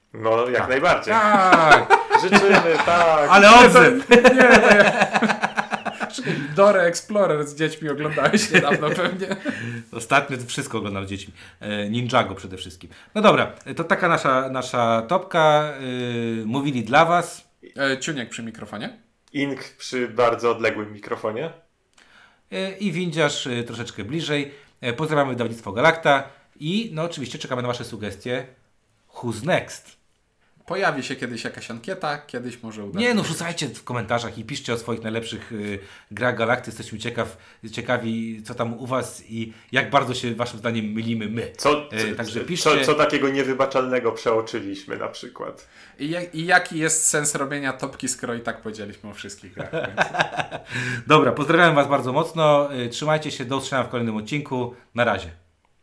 No, jak Tak. najbardziej. Tak, Życzymy, tak. ale odzew. Nie, to ja... Czekaj, Dora Explorer z dziećmi oglądałeś niedawno pewnie. Ostatnio to wszystko oglądam z dziećmi. E, Ninjago przede wszystkim. No dobra, to taka nasza, nasza topka. Yy, mówili dla Was. E, Ciuniek przy mikrofonie. Ink przy bardzo odległym mikrofonie. Yy, I Windziarz yy, troszeczkę bliżej. Yy, pozdrawiamy wydawnictwo Galacta. I no oczywiście czekamy na Wasze sugestie. Who's next? Pojawi się kiedyś jakaś ankieta, kiedyś może uda Nie się. no, rzucajcie w komentarzach i piszcie o swoich najlepszych y, grach Galakty. Jesteśmy ciekaw, ciekawi, co tam u Was i jak bardzo się Waszym zdaniem mylimy my. Co, E, także co, piszcie. co takiego niewybaczalnego przeoczyliśmy na przykład. I, jak, I jaki jest sens robienia topki, skoro i tak powiedzieliśmy o wszystkich grach. Więc... Dobra, pozdrawiam Was bardzo mocno. Y, trzymajcie się, do usłyszenia w kolejnym odcinku. Na razie.